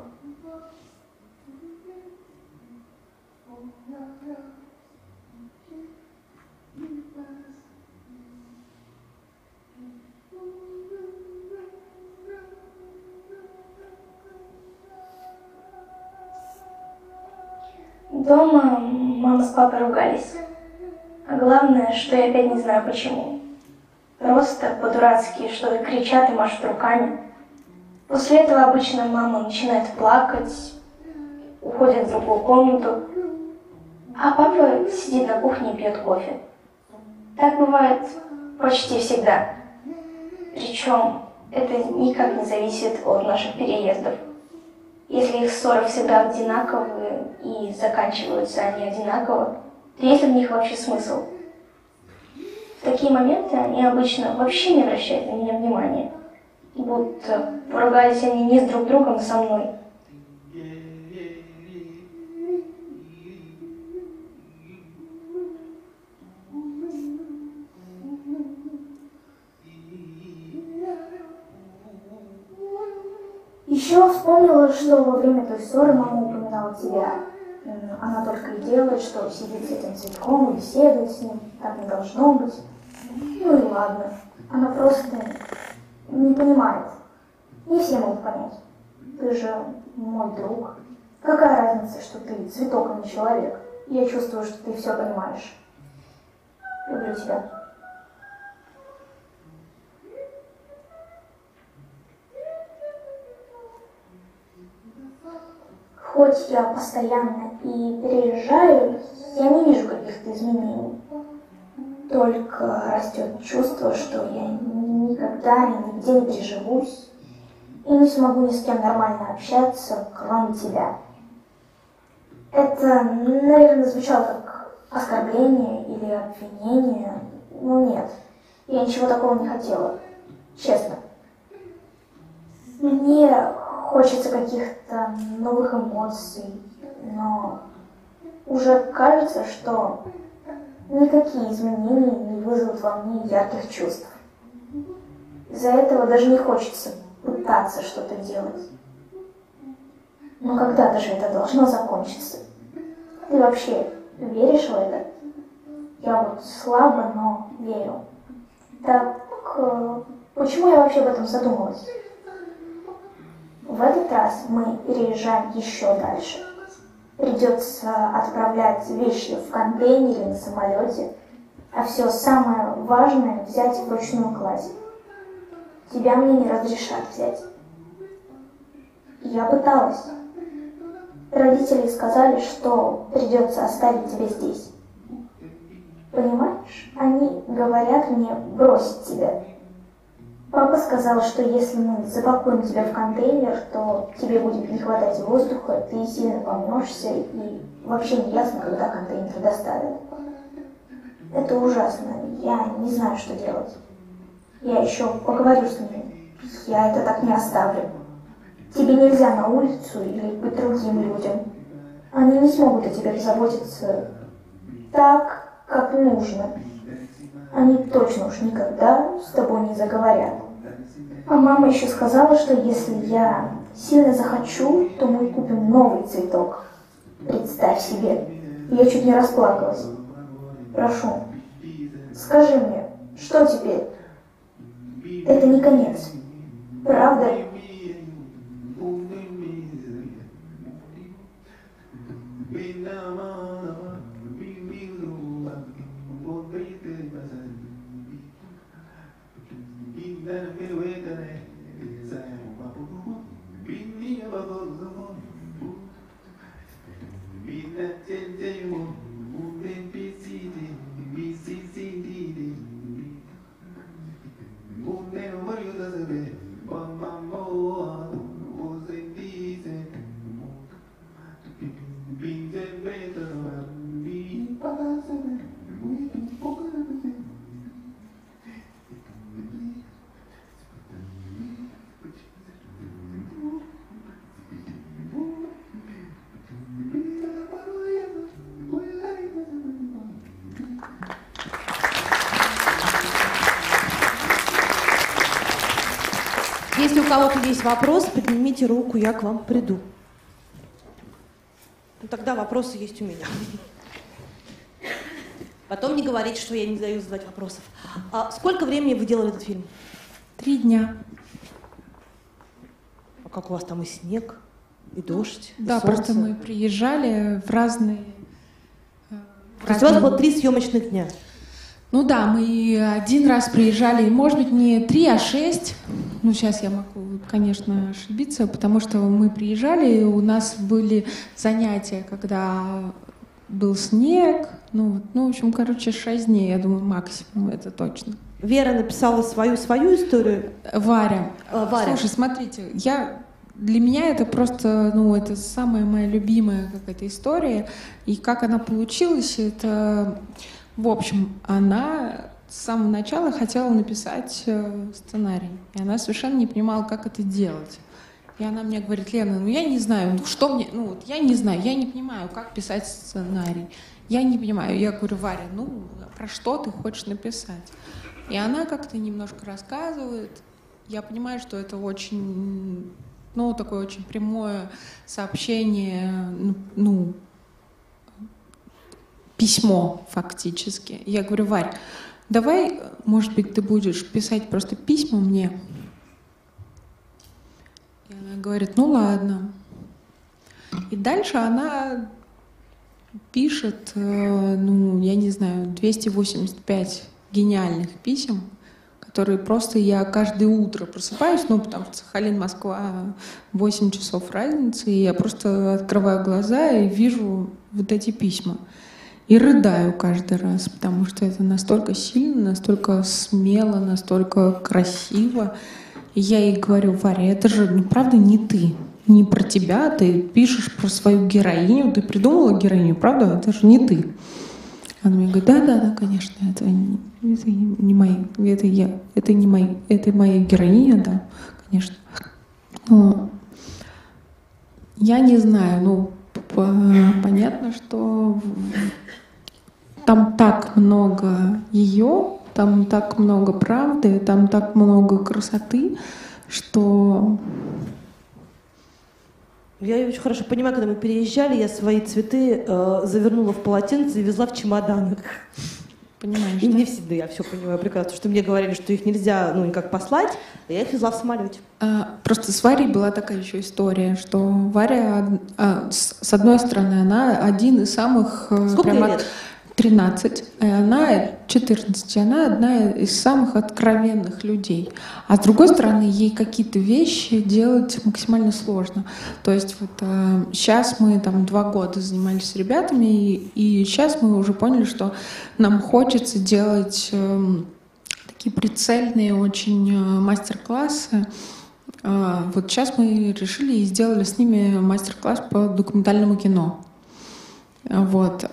Дома мама с папой ругались. А главное, что я опять не знаю почему. Просто по-дурацки что-то кричат и машут руками. После этого обычно мама начинает плакать, уходит в другую комнату, а папа сидит на кухне и пьет кофе. Так бывает почти всегда. Причем это никак не зависит от наших переездов. Если их ссоры всегда одинаковые и заканчиваются они одинаково, то есть ли в них вообще смысл? В такие моменты они обычно вообще не обращают на меня внимания. Будто поругались они не с друг другом, а со мной. Еще вспомнила, что во время той ссоры мама упоминала тебя. Она только и делает, что сидит с этим цветком и беседует с ним. Так не должно быть. Ну и ладно. Она просто не понимает. Не все могут понять. Ты же мой друг. Какая разница, что ты цветок, а не человек? Я чувствую, что ты все понимаешь. Люблю тебя. Хоть я постоянно и переезжаю, я не вижу каких-то изменений. Только растет чувство, что я никогда и нигде не приживусь и не смогу ни с кем нормально общаться, кроме тебя. Это, наверное, звучало как оскорбление или обвинение, но нет, я ничего такого не хотела, честно. Мне хочется каких-то новых эмоций, но уже кажется, что никакие изменения не вызовут во мне ярких чувств. Из-за этого даже не хочется пытаться что-то делать. Но когда-то же это должно закончиться. Ты вообще веришь в это? Я вот слабо, но верю. Так почему я вообще об этом задумалась? В этот раз мы переезжаем еще дальше. Придется отправлять вещи в контейнере на самолете, а все самое важное взять вручную кладь. Тебя мне не разрешат взять. Я пыталась. Родители сказали, что придется оставить тебя здесь. Понимаешь, они говорят мне бросить тебя. Папа сказал, что если мы запакуем тебя в контейнер, то тебе будет не хватать воздуха, ты сильно помнешься, и вообще не ясно, когда контейнер доставят. Это ужасно, я не знаю, что делать. Я еще поговорю с ними, я это так не оставлю. Тебе нельзя на улицу или к другим людям. Они не смогут о тебе позаботиться так, как нужно. Они точно уж никогда с тобой не заговорят. А мама еще сказала, что если я сильно захочу, то мы купим новый цветок. Представь себе. Я чуть не расплакалась. Прошу, скажи мне, что теперь? Это не конец. Правда? Если у кого-то есть вопрос, поднимите руку, я к вам приду. Ну, тогда вопросы есть у меня. Потом не говорите, что я не даю задать вопросов. А сколько времени вы делали этот фильм? 3 дня. А как у вас там и снег, и дождь, и Да, солнце? просто мы приезжали в разные... То есть у вас было 3 съемочных дня? Ну да, мы один раз приезжали, может быть, не 3, а 6. Ну, сейчас я могу, конечно, ошибиться, потому что мы приезжали, и у нас были занятия, когда был снег. Ну, в общем, короче, 6 дней, я думаю, максимум, это точно. Вера написала свою историю? Варя. Варя. Слушай, смотрите, для меня это просто, это самая моя любимая какая-то история. И как она получилась, это... В общем, она с самого начала хотела написать сценарий. И она совершенно не понимала, как это делать. И она мне говорит: Лена, я не знаю, что мне... я не знаю, я не понимаю, как писать сценарий. Я не понимаю. Я говорю: Варя, про что ты хочешь написать? И она как-то немножко рассказывает. Я понимаю, что это очень... такое очень прямое сообщение, письмо фактически. Я говорю: Варь, давай, может быть, ты будешь писать просто письма мне. И она говорит: ладно. И дальше она пишет, я не знаю, 285 гениальных писем, которые просто я каждое утро просыпаюсь, потому что Сахалин, Москва, 8 часов разницы, и я просто открываю глаза и вижу вот эти письма. И рыдаю каждый раз, потому что это настолько сильно, настолько смело, настолько красиво. И я ей говорю: Варя, это же, правда, не ты, не про тебя, ты пишешь про свою героиню, ты придумала героиню, правда, это же не ты. Она мне говорит: да, конечно, это не моя, это я, это не моя, это моя героиня, да, конечно. Но я не знаю, понятно, что там так много ее, там так много правды, там так много красоты, что... Я очень хорошо понимаю, когда мы переезжали, я свои цветы завернула в полотенце и везла в чемоданах. Понимаешь, и да? мне всегда, я все понимаю прекрасно, что мне говорили, что их нельзя, никак послать, а я их везла в самолете. Просто с Варей была такая еще история, что Варя, с одной стороны, она один из самых... Сколько ей лет? 13, а она 14, она одна из самых откровенных людей. А с другой стороны, ей какие-то вещи делать максимально сложно. То есть сейчас мы 2 года занимались с ребятами, и сейчас мы уже поняли, что нам хочется делать такие прицельные очень мастер-классы. Вот сейчас мы решили и сделали с ними мастер-класс по документальному кино. Вот.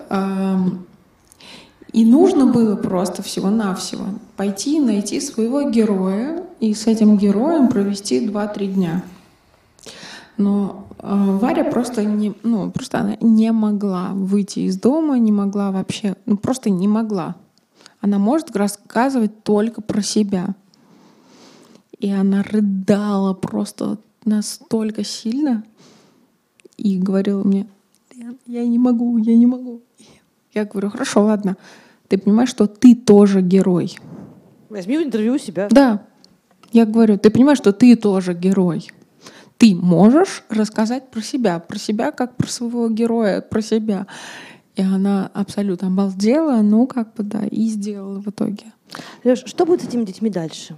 И нужно было просто всего-навсего пойти найти своего героя и с этим героем провести 2-3 дня. Но Варя просто она не могла выйти из дома, не могла вообще, просто не могла. Она может рассказывать только про себя. И она рыдала просто настолько сильно и говорила мне: я не могу, я не могу. Я говорю: хорошо, ладно. Ты понимаешь, что ты тоже герой? Возьми интервью у себя. Да. Я говорю: ты понимаешь, что ты тоже герой? Ты можешь рассказать про себя как про своего героя, про себя. И она абсолютно обалдела, и сделала в итоге. Лёш, что будет с этими детьми дальше?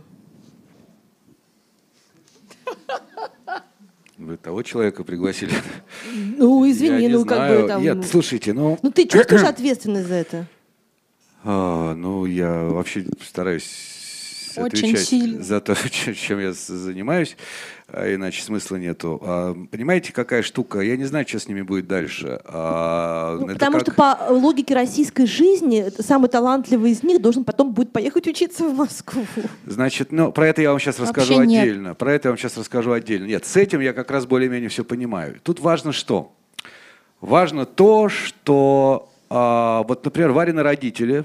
Вы того человека пригласили? Ну, извини, Я не знаю. там... Нет, слушайте, Ну, ты чувствуешь ответственность за это? Я вообще стараюсь Очень отвечать сильно за то, чем я занимаюсь, иначе смысла нету. Понимаете, какая штука? Я не знаю, что с ними будет дальше. Потому что по логике российской жизни самый талантливый из них должен потом будет поехать учиться в Москву. Значит, про это я вам сейчас расскажу отдельно. Про это я вам сейчас расскажу отдельно. Нет, с этим я как раз более-менее все понимаю. Тут важно что? Важно то, что вот, например, Варины родители,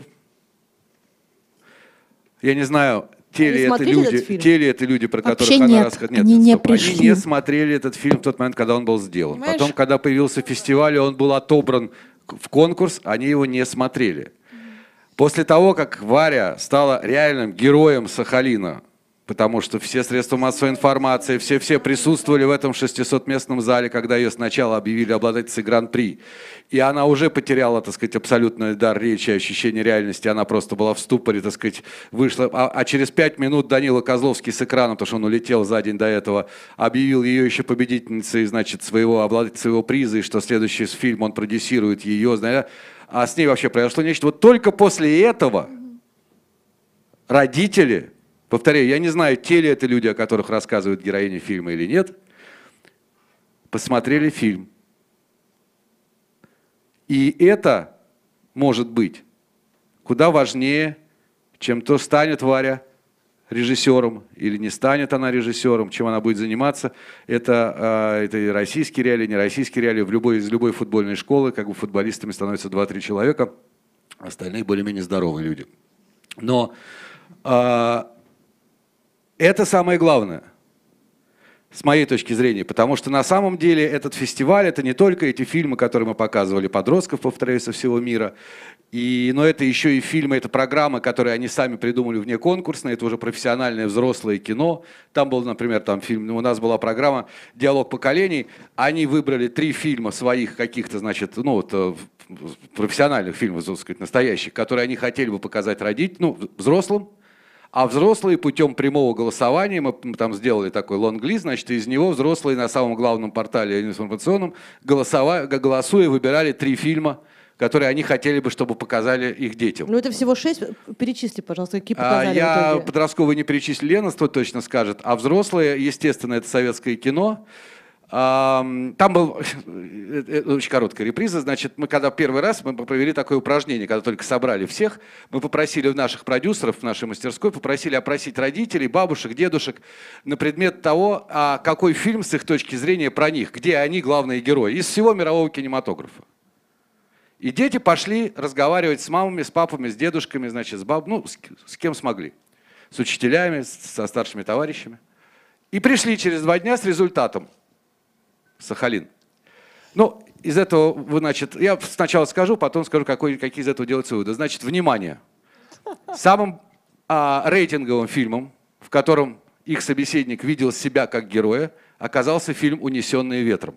я не знаю, те ли это люди, про вообще которых нет, она рассказывает. Нет, они не стоп, пришли. Они не смотрели этот фильм в тот момент, когда он был сделан. Понимаешь? Потом, когда появился фестиваль, и он был отобран в конкурс, они его не смотрели. После того, как Варя стала реальным героем Сахалина, потому что все средства массовой информации, все присутствовали в этом 600-местном зале, когда ее сначала объявили обладательницей Гран-при. И она уже потеряла, так сказать, абсолютный дар речи, ощущение реальности. Она просто была в ступоре, так сказать, вышла. А через 5 минут Данила Козловский с экрана, потому что он улетел за день до этого, объявил ее еще победительницей, значит, обладательницей своего приза, и что следующий фильм он продюсирует ее. А с ней вообще произошло нечто. Вот только после этого родители... Повторяю, я не знаю, те ли это люди, о которых рассказывают героини фильма или нет, посмотрели фильм. И это может быть куда важнее, чем то, станет Варя режиссером или не станет она режиссером, чем она будет заниматься. Это и российские реалии, не российские реалии. Из любой футбольной школы футболистами становятся 2-3 человека, остальные более-менее здоровые люди. Но... это самое главное, с моей точки зрения, потому что на самом деле этот фестиваль — это не только эти фильмы, которые мы показывали подростков, повторяю, со всего мира, но это еще и фильмы, это программы, которые они сами придумали вне конкурсные, это уже профессиональное взрослое кино. Там был, например, фильм, у нас была программа «Диалог поколений», они выбрали 3 фильма своих каких-то, значит, профессиональных фильмов, так сказать, настоящих, которые они хотели бы показать родителям, взрослым. А взрослые путем прямого голосования, мы там сделали такой лонглист, значит, из него взрослые на самом главном портале информационном, голосуя, выбирали 3 фильма, которые они хотели бы, чтобы показали их детям. Ну, это всего 6. Перечисли, пожалуйста, какие показали в итоге. Подростковые не перечислил, Лена точно скажет. А взрослые, естественно, это советское кино. Там была очень короткая реприза. Значит, мы когда первый раз мы провели такое упражнение, когда только собрали всех, мы попросили у наших продюсеров в нашей мастерской, попросили опросить родителей, бабушек, дедушек на предмет того, какой фильм с их точки зрения про них, где они главные герои из всего мирового кинематографа. И дети пошли разговаривать с мамами, с папами, с дедушками, значит, с кем смогли. С учителями, со старшими товарищами. И пришли через 2 дня с результатом. Сахалин. Из этого, значит, я сначала скажу, потом скажу, какие из этого делаются выводы. Значит, внимание. Самым рейтинговым фильмом, в котором их собеседник видел себя как героя, оказался фильм «Унесенные ветром».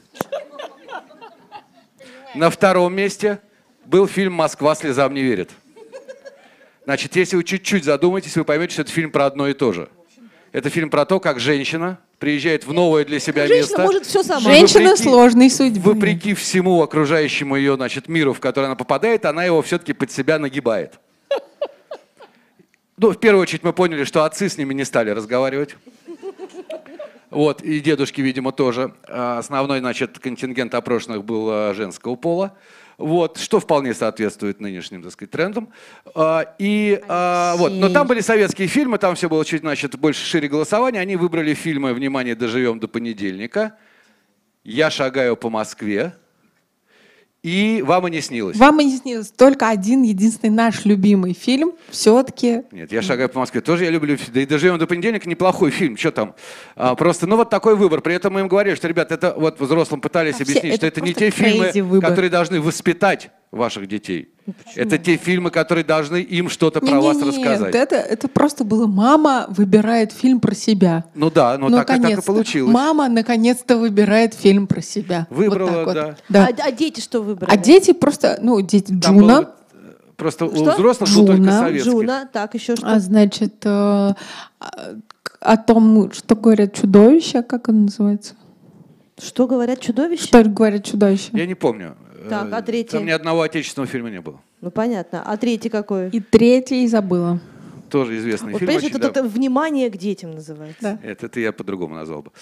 На 2-м месте был фильм «Москва слезам не верит». Значит, если вы чуть-чуть задумаетесь, вы поймете, что это фильм про одно и то же. Это фильм про то, как женщина приезжает в новое для себя место. Женщина может все сама. Женщина сложной судьбы. Вопреки всему окружающему ее, значит, миру, в который она попадает, она его все-таки под себя нагибает. Ну, в первую очередь мы поняли, что отцы с ними не стали разговаривать. Вот, и дедушки, видимо, тоже. Основной, значит, контингент опрошенных был женского пола. Вот, что вполне соответствует нынешним, так сказать, трендам. Вот, но там были советские фильмы, там все было чуть, значит, больше шире голосования. Они выбрали фильмы, внимание, «Доживем до понедельника», «Я шагаю по Москве» и «Вам и не снилось». Вам и не снилось. Только один, единственный наш любимый фильм все-таки... Нет, «Я шагаю по Москве» тоже я люблю. Да и «Доживем до понедельника» неплохой фильм. Что там? Просто, ну вот такой выбор. При этом мы им говорили, что, ребят, это вот взрослым пытались объяснить, что это не те фильмы, которые должны воспитать ваших детей. Это те фильмы, которые должны им что-то про вас рассказать. Это просто было «Мама выбирает фильм про себя». Ну да, но так и получилось. Мама наконец-то выбирает фильм про себя. Выбрала, вот да. Да. А дети что выбрали? А дети просто, ну, дети Там Джуна. было, просто Что? у взрослых был только советских. Джуна, так, еще что? Значит, о том, что говорят чудовища, как он называется? Что говорят чудовища? Что говорят чудовища? Я не помню. Так, а третий? Там ни одного отечественного фильма не было. Ну, понятно. А третий какой? И третий забыла. Тоже известный Вот, фильм. понимаешь, очень, это «Внимание к детям» называется. Да. Это я по-другому назвал бы.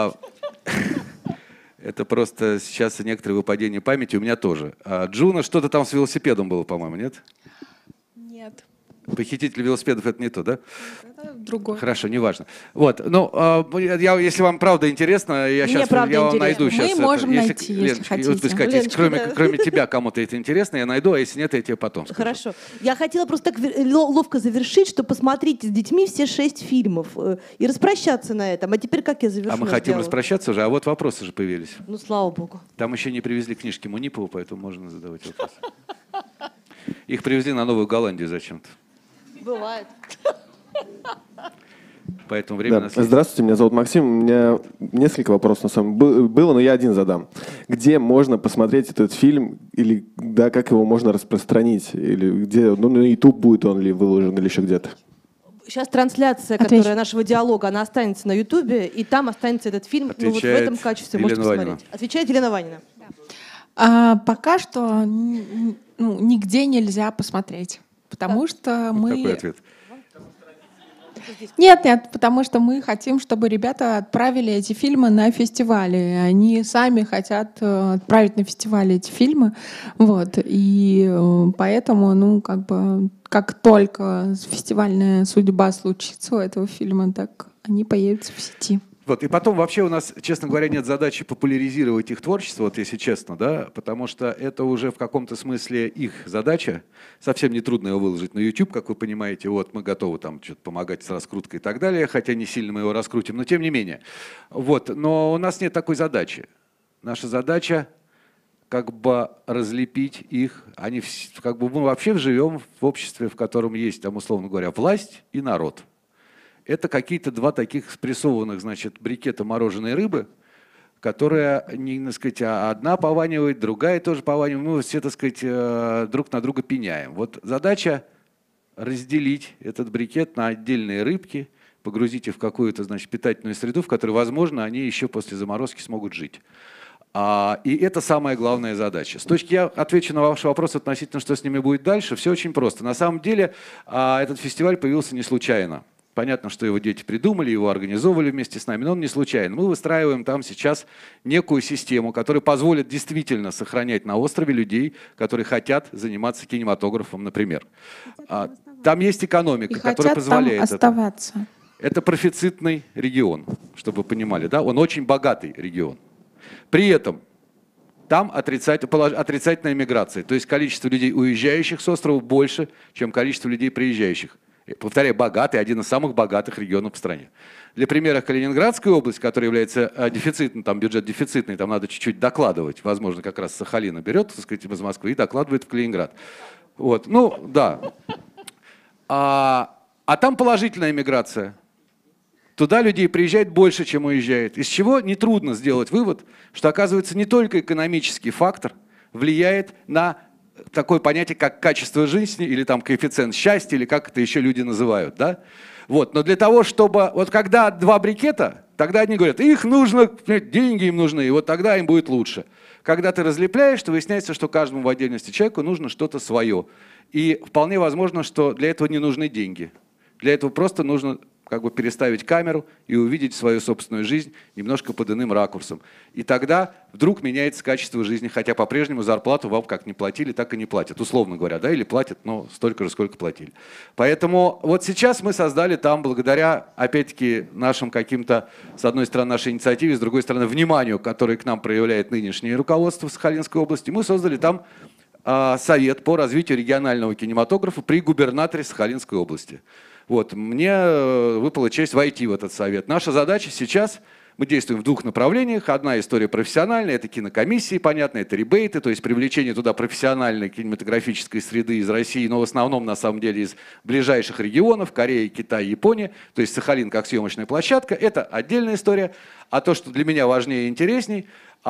Это просто сейчас некоторые выпадения памяти, у меня тоже. Джуна, что-то там с велосипедом было, по-моему, нет? Нет. Похититель велосипедов — это не то, да? Это другое. Хорошо, неважно. Вот, ну, если вам правда интересно, я Мне сейчас правда я вам интересно. найду Мы сейчас. можем найти, если Леночка, хотите. вот вы скажете, если Леночка, да. кроме тебя кому-то это интересно, я найду, а если нет, я тебе потом скажу. Хорошо. Я хотела просто так ловко завершить, что посмотрите с детьми все 6 фильмов и распрощаться на этом. А теперь как я завершу? А мы наш хотим диалог? распрощаться уже, а вот вопросы же появились. Ну, слава богу. Там еще не привезли книжки Мунипова, поэтому можно задавать вопросы. Их привезли на Новую Голландию зачем-то. Бывает. Поэтому время Да. у нас есть. Здравствуйте, меня зовут Максим. У меня несколько вопросов на самом деле было, но я один задам. Где можно посмотреть этот фильм или да, как его можно распространить? Или где, ну, на YouTube будет он ли выложен или еще где-то? Сейчас трансляция, Отвечу. которая нашего диалога, она останется на Ютубе, и там останется этот фильм. Ну, вот в Отвечает этом качестве Елена можете Ванина. посмотреть. Отвечает Елена Ванина. Пока что нигде нельзя посмотреть. Потому что Вот мы... такой ответ. Нет, потому что мы хотим, чтобы ребята отправили эти фильмы на фестивали. Они сами хотят отправить на фестивали эти фильмы. Вот. И поэтому, ну, как только фестивальная судьба случится у этого фильма, так они появятся в сети. Вот, и потом вообще у нас, честно говоря, нет задачи популяризировать их творчество, вот если честно, да, потому что это уже в каком-то смысле их задача. Совсем не трудно его выложить на YouTube, как вы понимаете. Вот, мы готовы там что-то помогать с раскруткой и так далее, хотя не сильно мы его раскрутим, но тем не менее. Вот, но у нас нет такой задачи. Наша задача как бы разлепить их. Они как бы мы вообще живем в обществе, в котором есть, там, условно говоря, власть и народ. Это какие-то два таких спрессованных, значит, брикета мороженой рыбы, которая, не, так сказать, одна пованивает, другая тоже пованивает. Мы все, так сказать, друг на друга пеняем. Вот задача разделить этот брикет на отдельные рыбки, погрузить их в какую-то, значит, питательную среду, в которой, возможно, они еще после заморозки смогут жить. И это самая главная задача. Я отвечу на ваш вопрос относительно, что с ними будет дальше. Все очень просто. На самом деле этот фестиваль появился не случайно. Понятно, что его дети придумали, его организовывали вместе с нами, но он не случайно. Мы выстраиваем там сейчас некую систему, которая позволит действительно сохранять на острове людей, которые хотят заниматься кинематографом, например. Там есть экономика, И которая хотят позволяет там оставаться. Это профицитный регион, чтобы вы понимали, да? Он очень богатый регион. При этом там отрицательная миграция, то есть количество людей, уезжающих с острова, больше, чем количество людей, приезжающих. Повторяю, богатый, один из самых богатых регионов в стране. Для примера, Калининградская область, которая является дефицитной, там бюджет дефицитный, там надо чуть-чуть докладывать, возможно, как раз Сахалина берет, так сказать, из Москвы и докладывает в Калининград. Вот, ну, да. А там положительная миграция. Туда людей приезжает больше, чем уезжает. Из чего нетрудно сделать вывод, что, оказывается, не только экономический фактор влияет на такое понятие, как качество жизни, или там коэффициент счастья, или как это еще люди называют, да? Вот. Но для того, чтобы... Вот когда два брикета, тогда одни говорят, их нужно, деньги им нужны, и вот тогда им будет лучше. Когда ты разлепляешь, то выясняется, что каждому в отдельности человеку нужно что-то свое. И вполне возможно, что для этого не нужны деньги. Для этого просто нужно как бы переставить камеру и увидеть свою собственную жизнь немножко под иным ракурсом. И тогда вдруг меняется качество жизни, хотя по-прежнему зарплату вам как не платили, так и не платят. Условно говоря, да, или платят, но столько же, сколько платили. Поэтому вот сейчас мы создали там, благодаря, опять-таки, нашим каким-то, с одной стороны, нашей инициативе, с другой стороны, вниманию, которое к нам проявляет нынешнее руководство Сахалинской области, мы создали там совет по развитию регионального кинематографа при губернаторе Сахалинской области. Вот, мне выпала честь войти в этот совет. Наша задача сейчас, мы действуем в двух направлениях. Одна история профессиональная, это кинокомиссии, понятно, это ребейты, то есть привлечение туда профессиональной кинематографической среды из России, но в основном, на самом деле, из ближайших регионов, Корея, Китай, Япония. То есть Сахалин как съемочная площадка, это отдельная история. А то, что для меня важнее и интересней,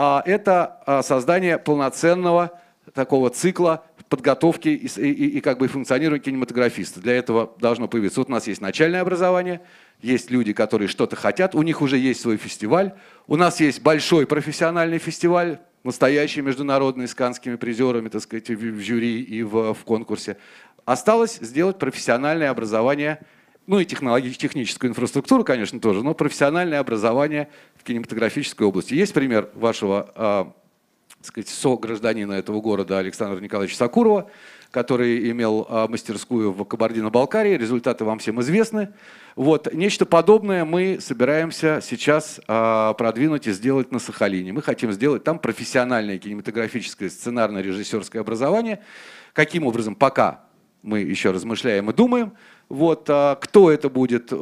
это создание полноценного такого цикла подготовки и как бы функционирования кинематографиста. Для этого должно появиться. Вот у нас есть начальное образование, есть люди, которые что-то хотят, у них уже есть свой фестиваль, у нас есть большой профессиональный фестиваль, настоящий международный, с каннскими призерами, так сказать, в жюри и в конкурсе. Осталось сделать профессиональное образование, ну и техническую инфраструктуру, конечно, тоже, но профессиональное образование в кинематографической области. Есть пример вашего сказать, согражданина этого города Александра Николаевича Сакурова, который имел мастерскую в Кабардино-Балкарии. Результаты вам всем известны. Вот. Нечто подобное мы собираемся сейчас продвинуть и сделать на Сахалине. Мы хотим сделать там профессиональное кинематографическое сценарно-режиссерское образование. Каким образом, пока мы еще размышляем и думаем. Вот. Кто это будет?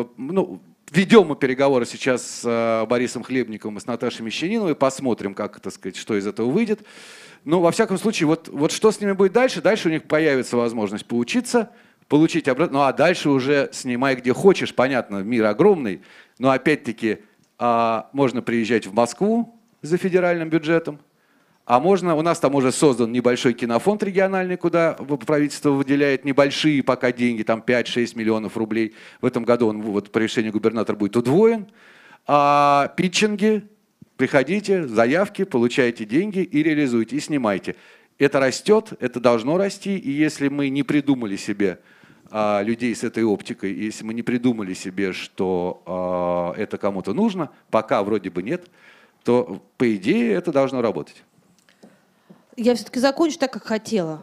Ведем мы переговоры сейчас с Борисом Хлебниковым и с Наташей Мещаниновой, посмотрим, как, так сказать, что из этого выйдет. Но, во всяком случае, вот что с ними будет дальше? Дальше у них появится возможность поучиться, получить обратно. Ну, а дальше уже снимай где хочешь. Понятно, мир огромный. Но, опять-таки, можно приезжать в Москву за федеральным бюджетом. А можно, у нас там уже создан небольшой кинофонд региональный, куда правительство выделяет небольшие пока деньги, там 5-6 миллионов рублей. В этом году он вот, по решению губернатора будет удвоен. А питчинги, приходите, заявки, получайте деньги и реализуйте, и снимайте. Это растет, это должно расти, и если мы не придумали себе людей с этой оптикой, и если мы не придумали себе, что это кому-то нужно, пока вроде бы нет, то, по идее, это должно работать. Я все-таки закончу так, как хотела.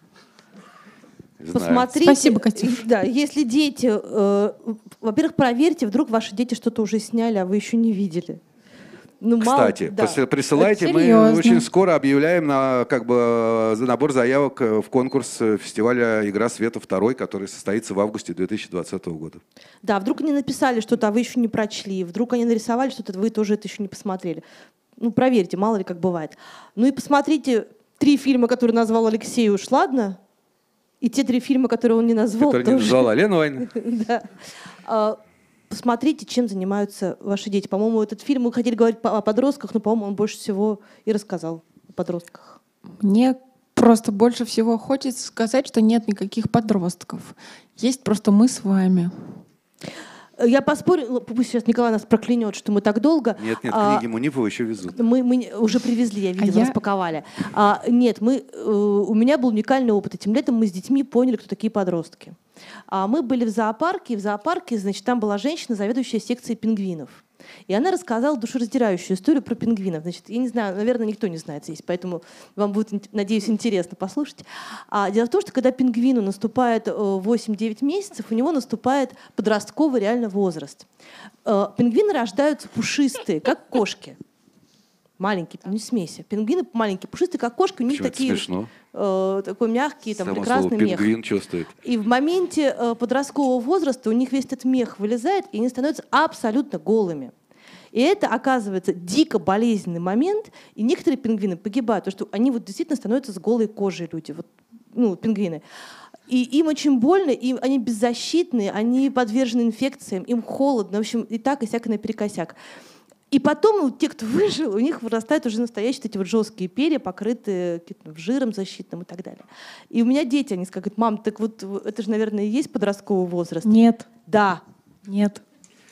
Знаю. Посмотрите. Спасибо, Катя. Да, если дети... во-первых, проверьте, вдруг ваши дети что-то уже сняли, а вы еще не видели. Ну, кстати, мало, да. присылайте, мы Серьезно? очень скоро объявляем на как бы набор заявок в конкурс фестиваля «Игра света 2», который состоится в августе 2020 года. Да, вдруг они написали что-то, а вы еще не прочли. Вдруг они нарисовали что-то, вы тоже это еще не посмотрели. Ну, проверьте, мало ли как бывает. Ну и посмотрите 3 фильма, которые назвал Алексей, уж ладно. И те 3 фильма, которые он не назвал, Который не назвала Лена Вайна. Да. Посмотрите, чем занимаются ваши дети. По-моему, этот фильм, мы хотели говорить о подростках, но, по-моему, он больше всего и рассказал о подростках. Мне просто больше всего хочется сказать, что нет никаких подростков. Есть просто мы с вами. Я поспорила, пусть сейчас Николай нас проклянет, что мы так долго. Нет, книги Мунипова еще везут. Мы уже привезли, я видела, распаковали. Нет, у меня был уникальный опыт. Этим летом мы с детьми поняли, кто такие подростки. Мы были в зоопарке, и в зоопарке, значит, там была женщина, заведующая секцией пингвинов. И она рассказала душераздирающую историю про пингвинов. Значит, я не знаю, наверное, никто не знает здесь, поэтому вам будет, надеюсь, интересно послушать. Дело в том, что когда пингвину наступает 8-9 месяцев, у него наступает подростковый реально возраст. Пингвины рождаются пушистые, как кошки. Маленькие, не смейся. Пингвины маленькие, пушистые, как кошки. У них такие, такой мягкий, там, прекрасный мех. Пингвин чувствует. И в моменте подросткового возраста у них весь этот мех вылезает, и они становятся абсолютно голыми. И это, оказывается, дико болезненный момент, и некоторые пингвины погибают, потому что они вот действительно становятся с голой кожей люди, вот, ну, пингвины. И им очень больно, и они беззащитные, они подвержены инфекциям, им холодно, в общем, и так, и сяк, и наперекосяк. И потом те, кто выжил, у них вырастают уже настоящие эти вот жесткие перья, покрытые жиром защитным и так далее. И у меня дети, они скажут: мам, так вот это же, наверное, и есть подростковый возраст. Нет. Да. Нет.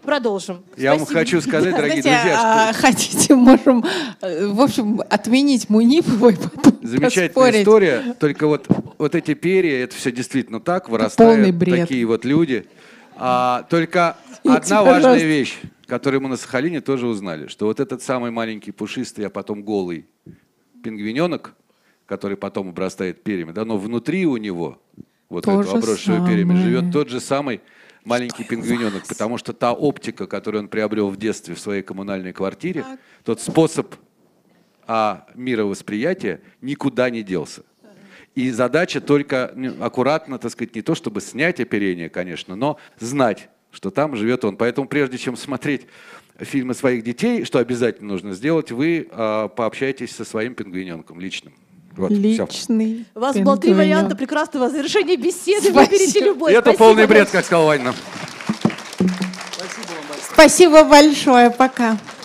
Продолжим. Я вам Спасибо. хочу сказать, дорогие Знаете, друзья, хотите, можем, в общем, отменить Мунипову и потом замечательная поспорить. история, только вот эти перья, это все действительно так, полный вырастают бред. такие вот люди. Только Извините, одна важная пожалуйста. вещь, которую мы на Сахалине тоже узнали, что вот этот самый маленький пушистый, а потом голый пингвиненок, который потом обрастает перьями, да, но внутри у него, вот То эту же обросшего перьями, самое. живет тот же самый маленький пингвиненок, потому что та оптика, которую он приобрел в детстве в своей коммунальной квартире, тот способ мировосприятия никуда не делся. И задача только аккуратно, так сказать, не то чтобы снять оперение, конечно, но знать, что там живет он. Поэтому прежде чем смотреть фильмы своих детей, что обязательно нужно сделать, вы пообщайтесь со своим пингвиненком личным. Вот, всё. Личный. У вас было 3 пингвинёнок. варианта прекрасного завершения беседы. Спасибо. Выберите любой. И это Спасибо полный бред, большое. как сказала Ваня. Спасибо большое. Пока.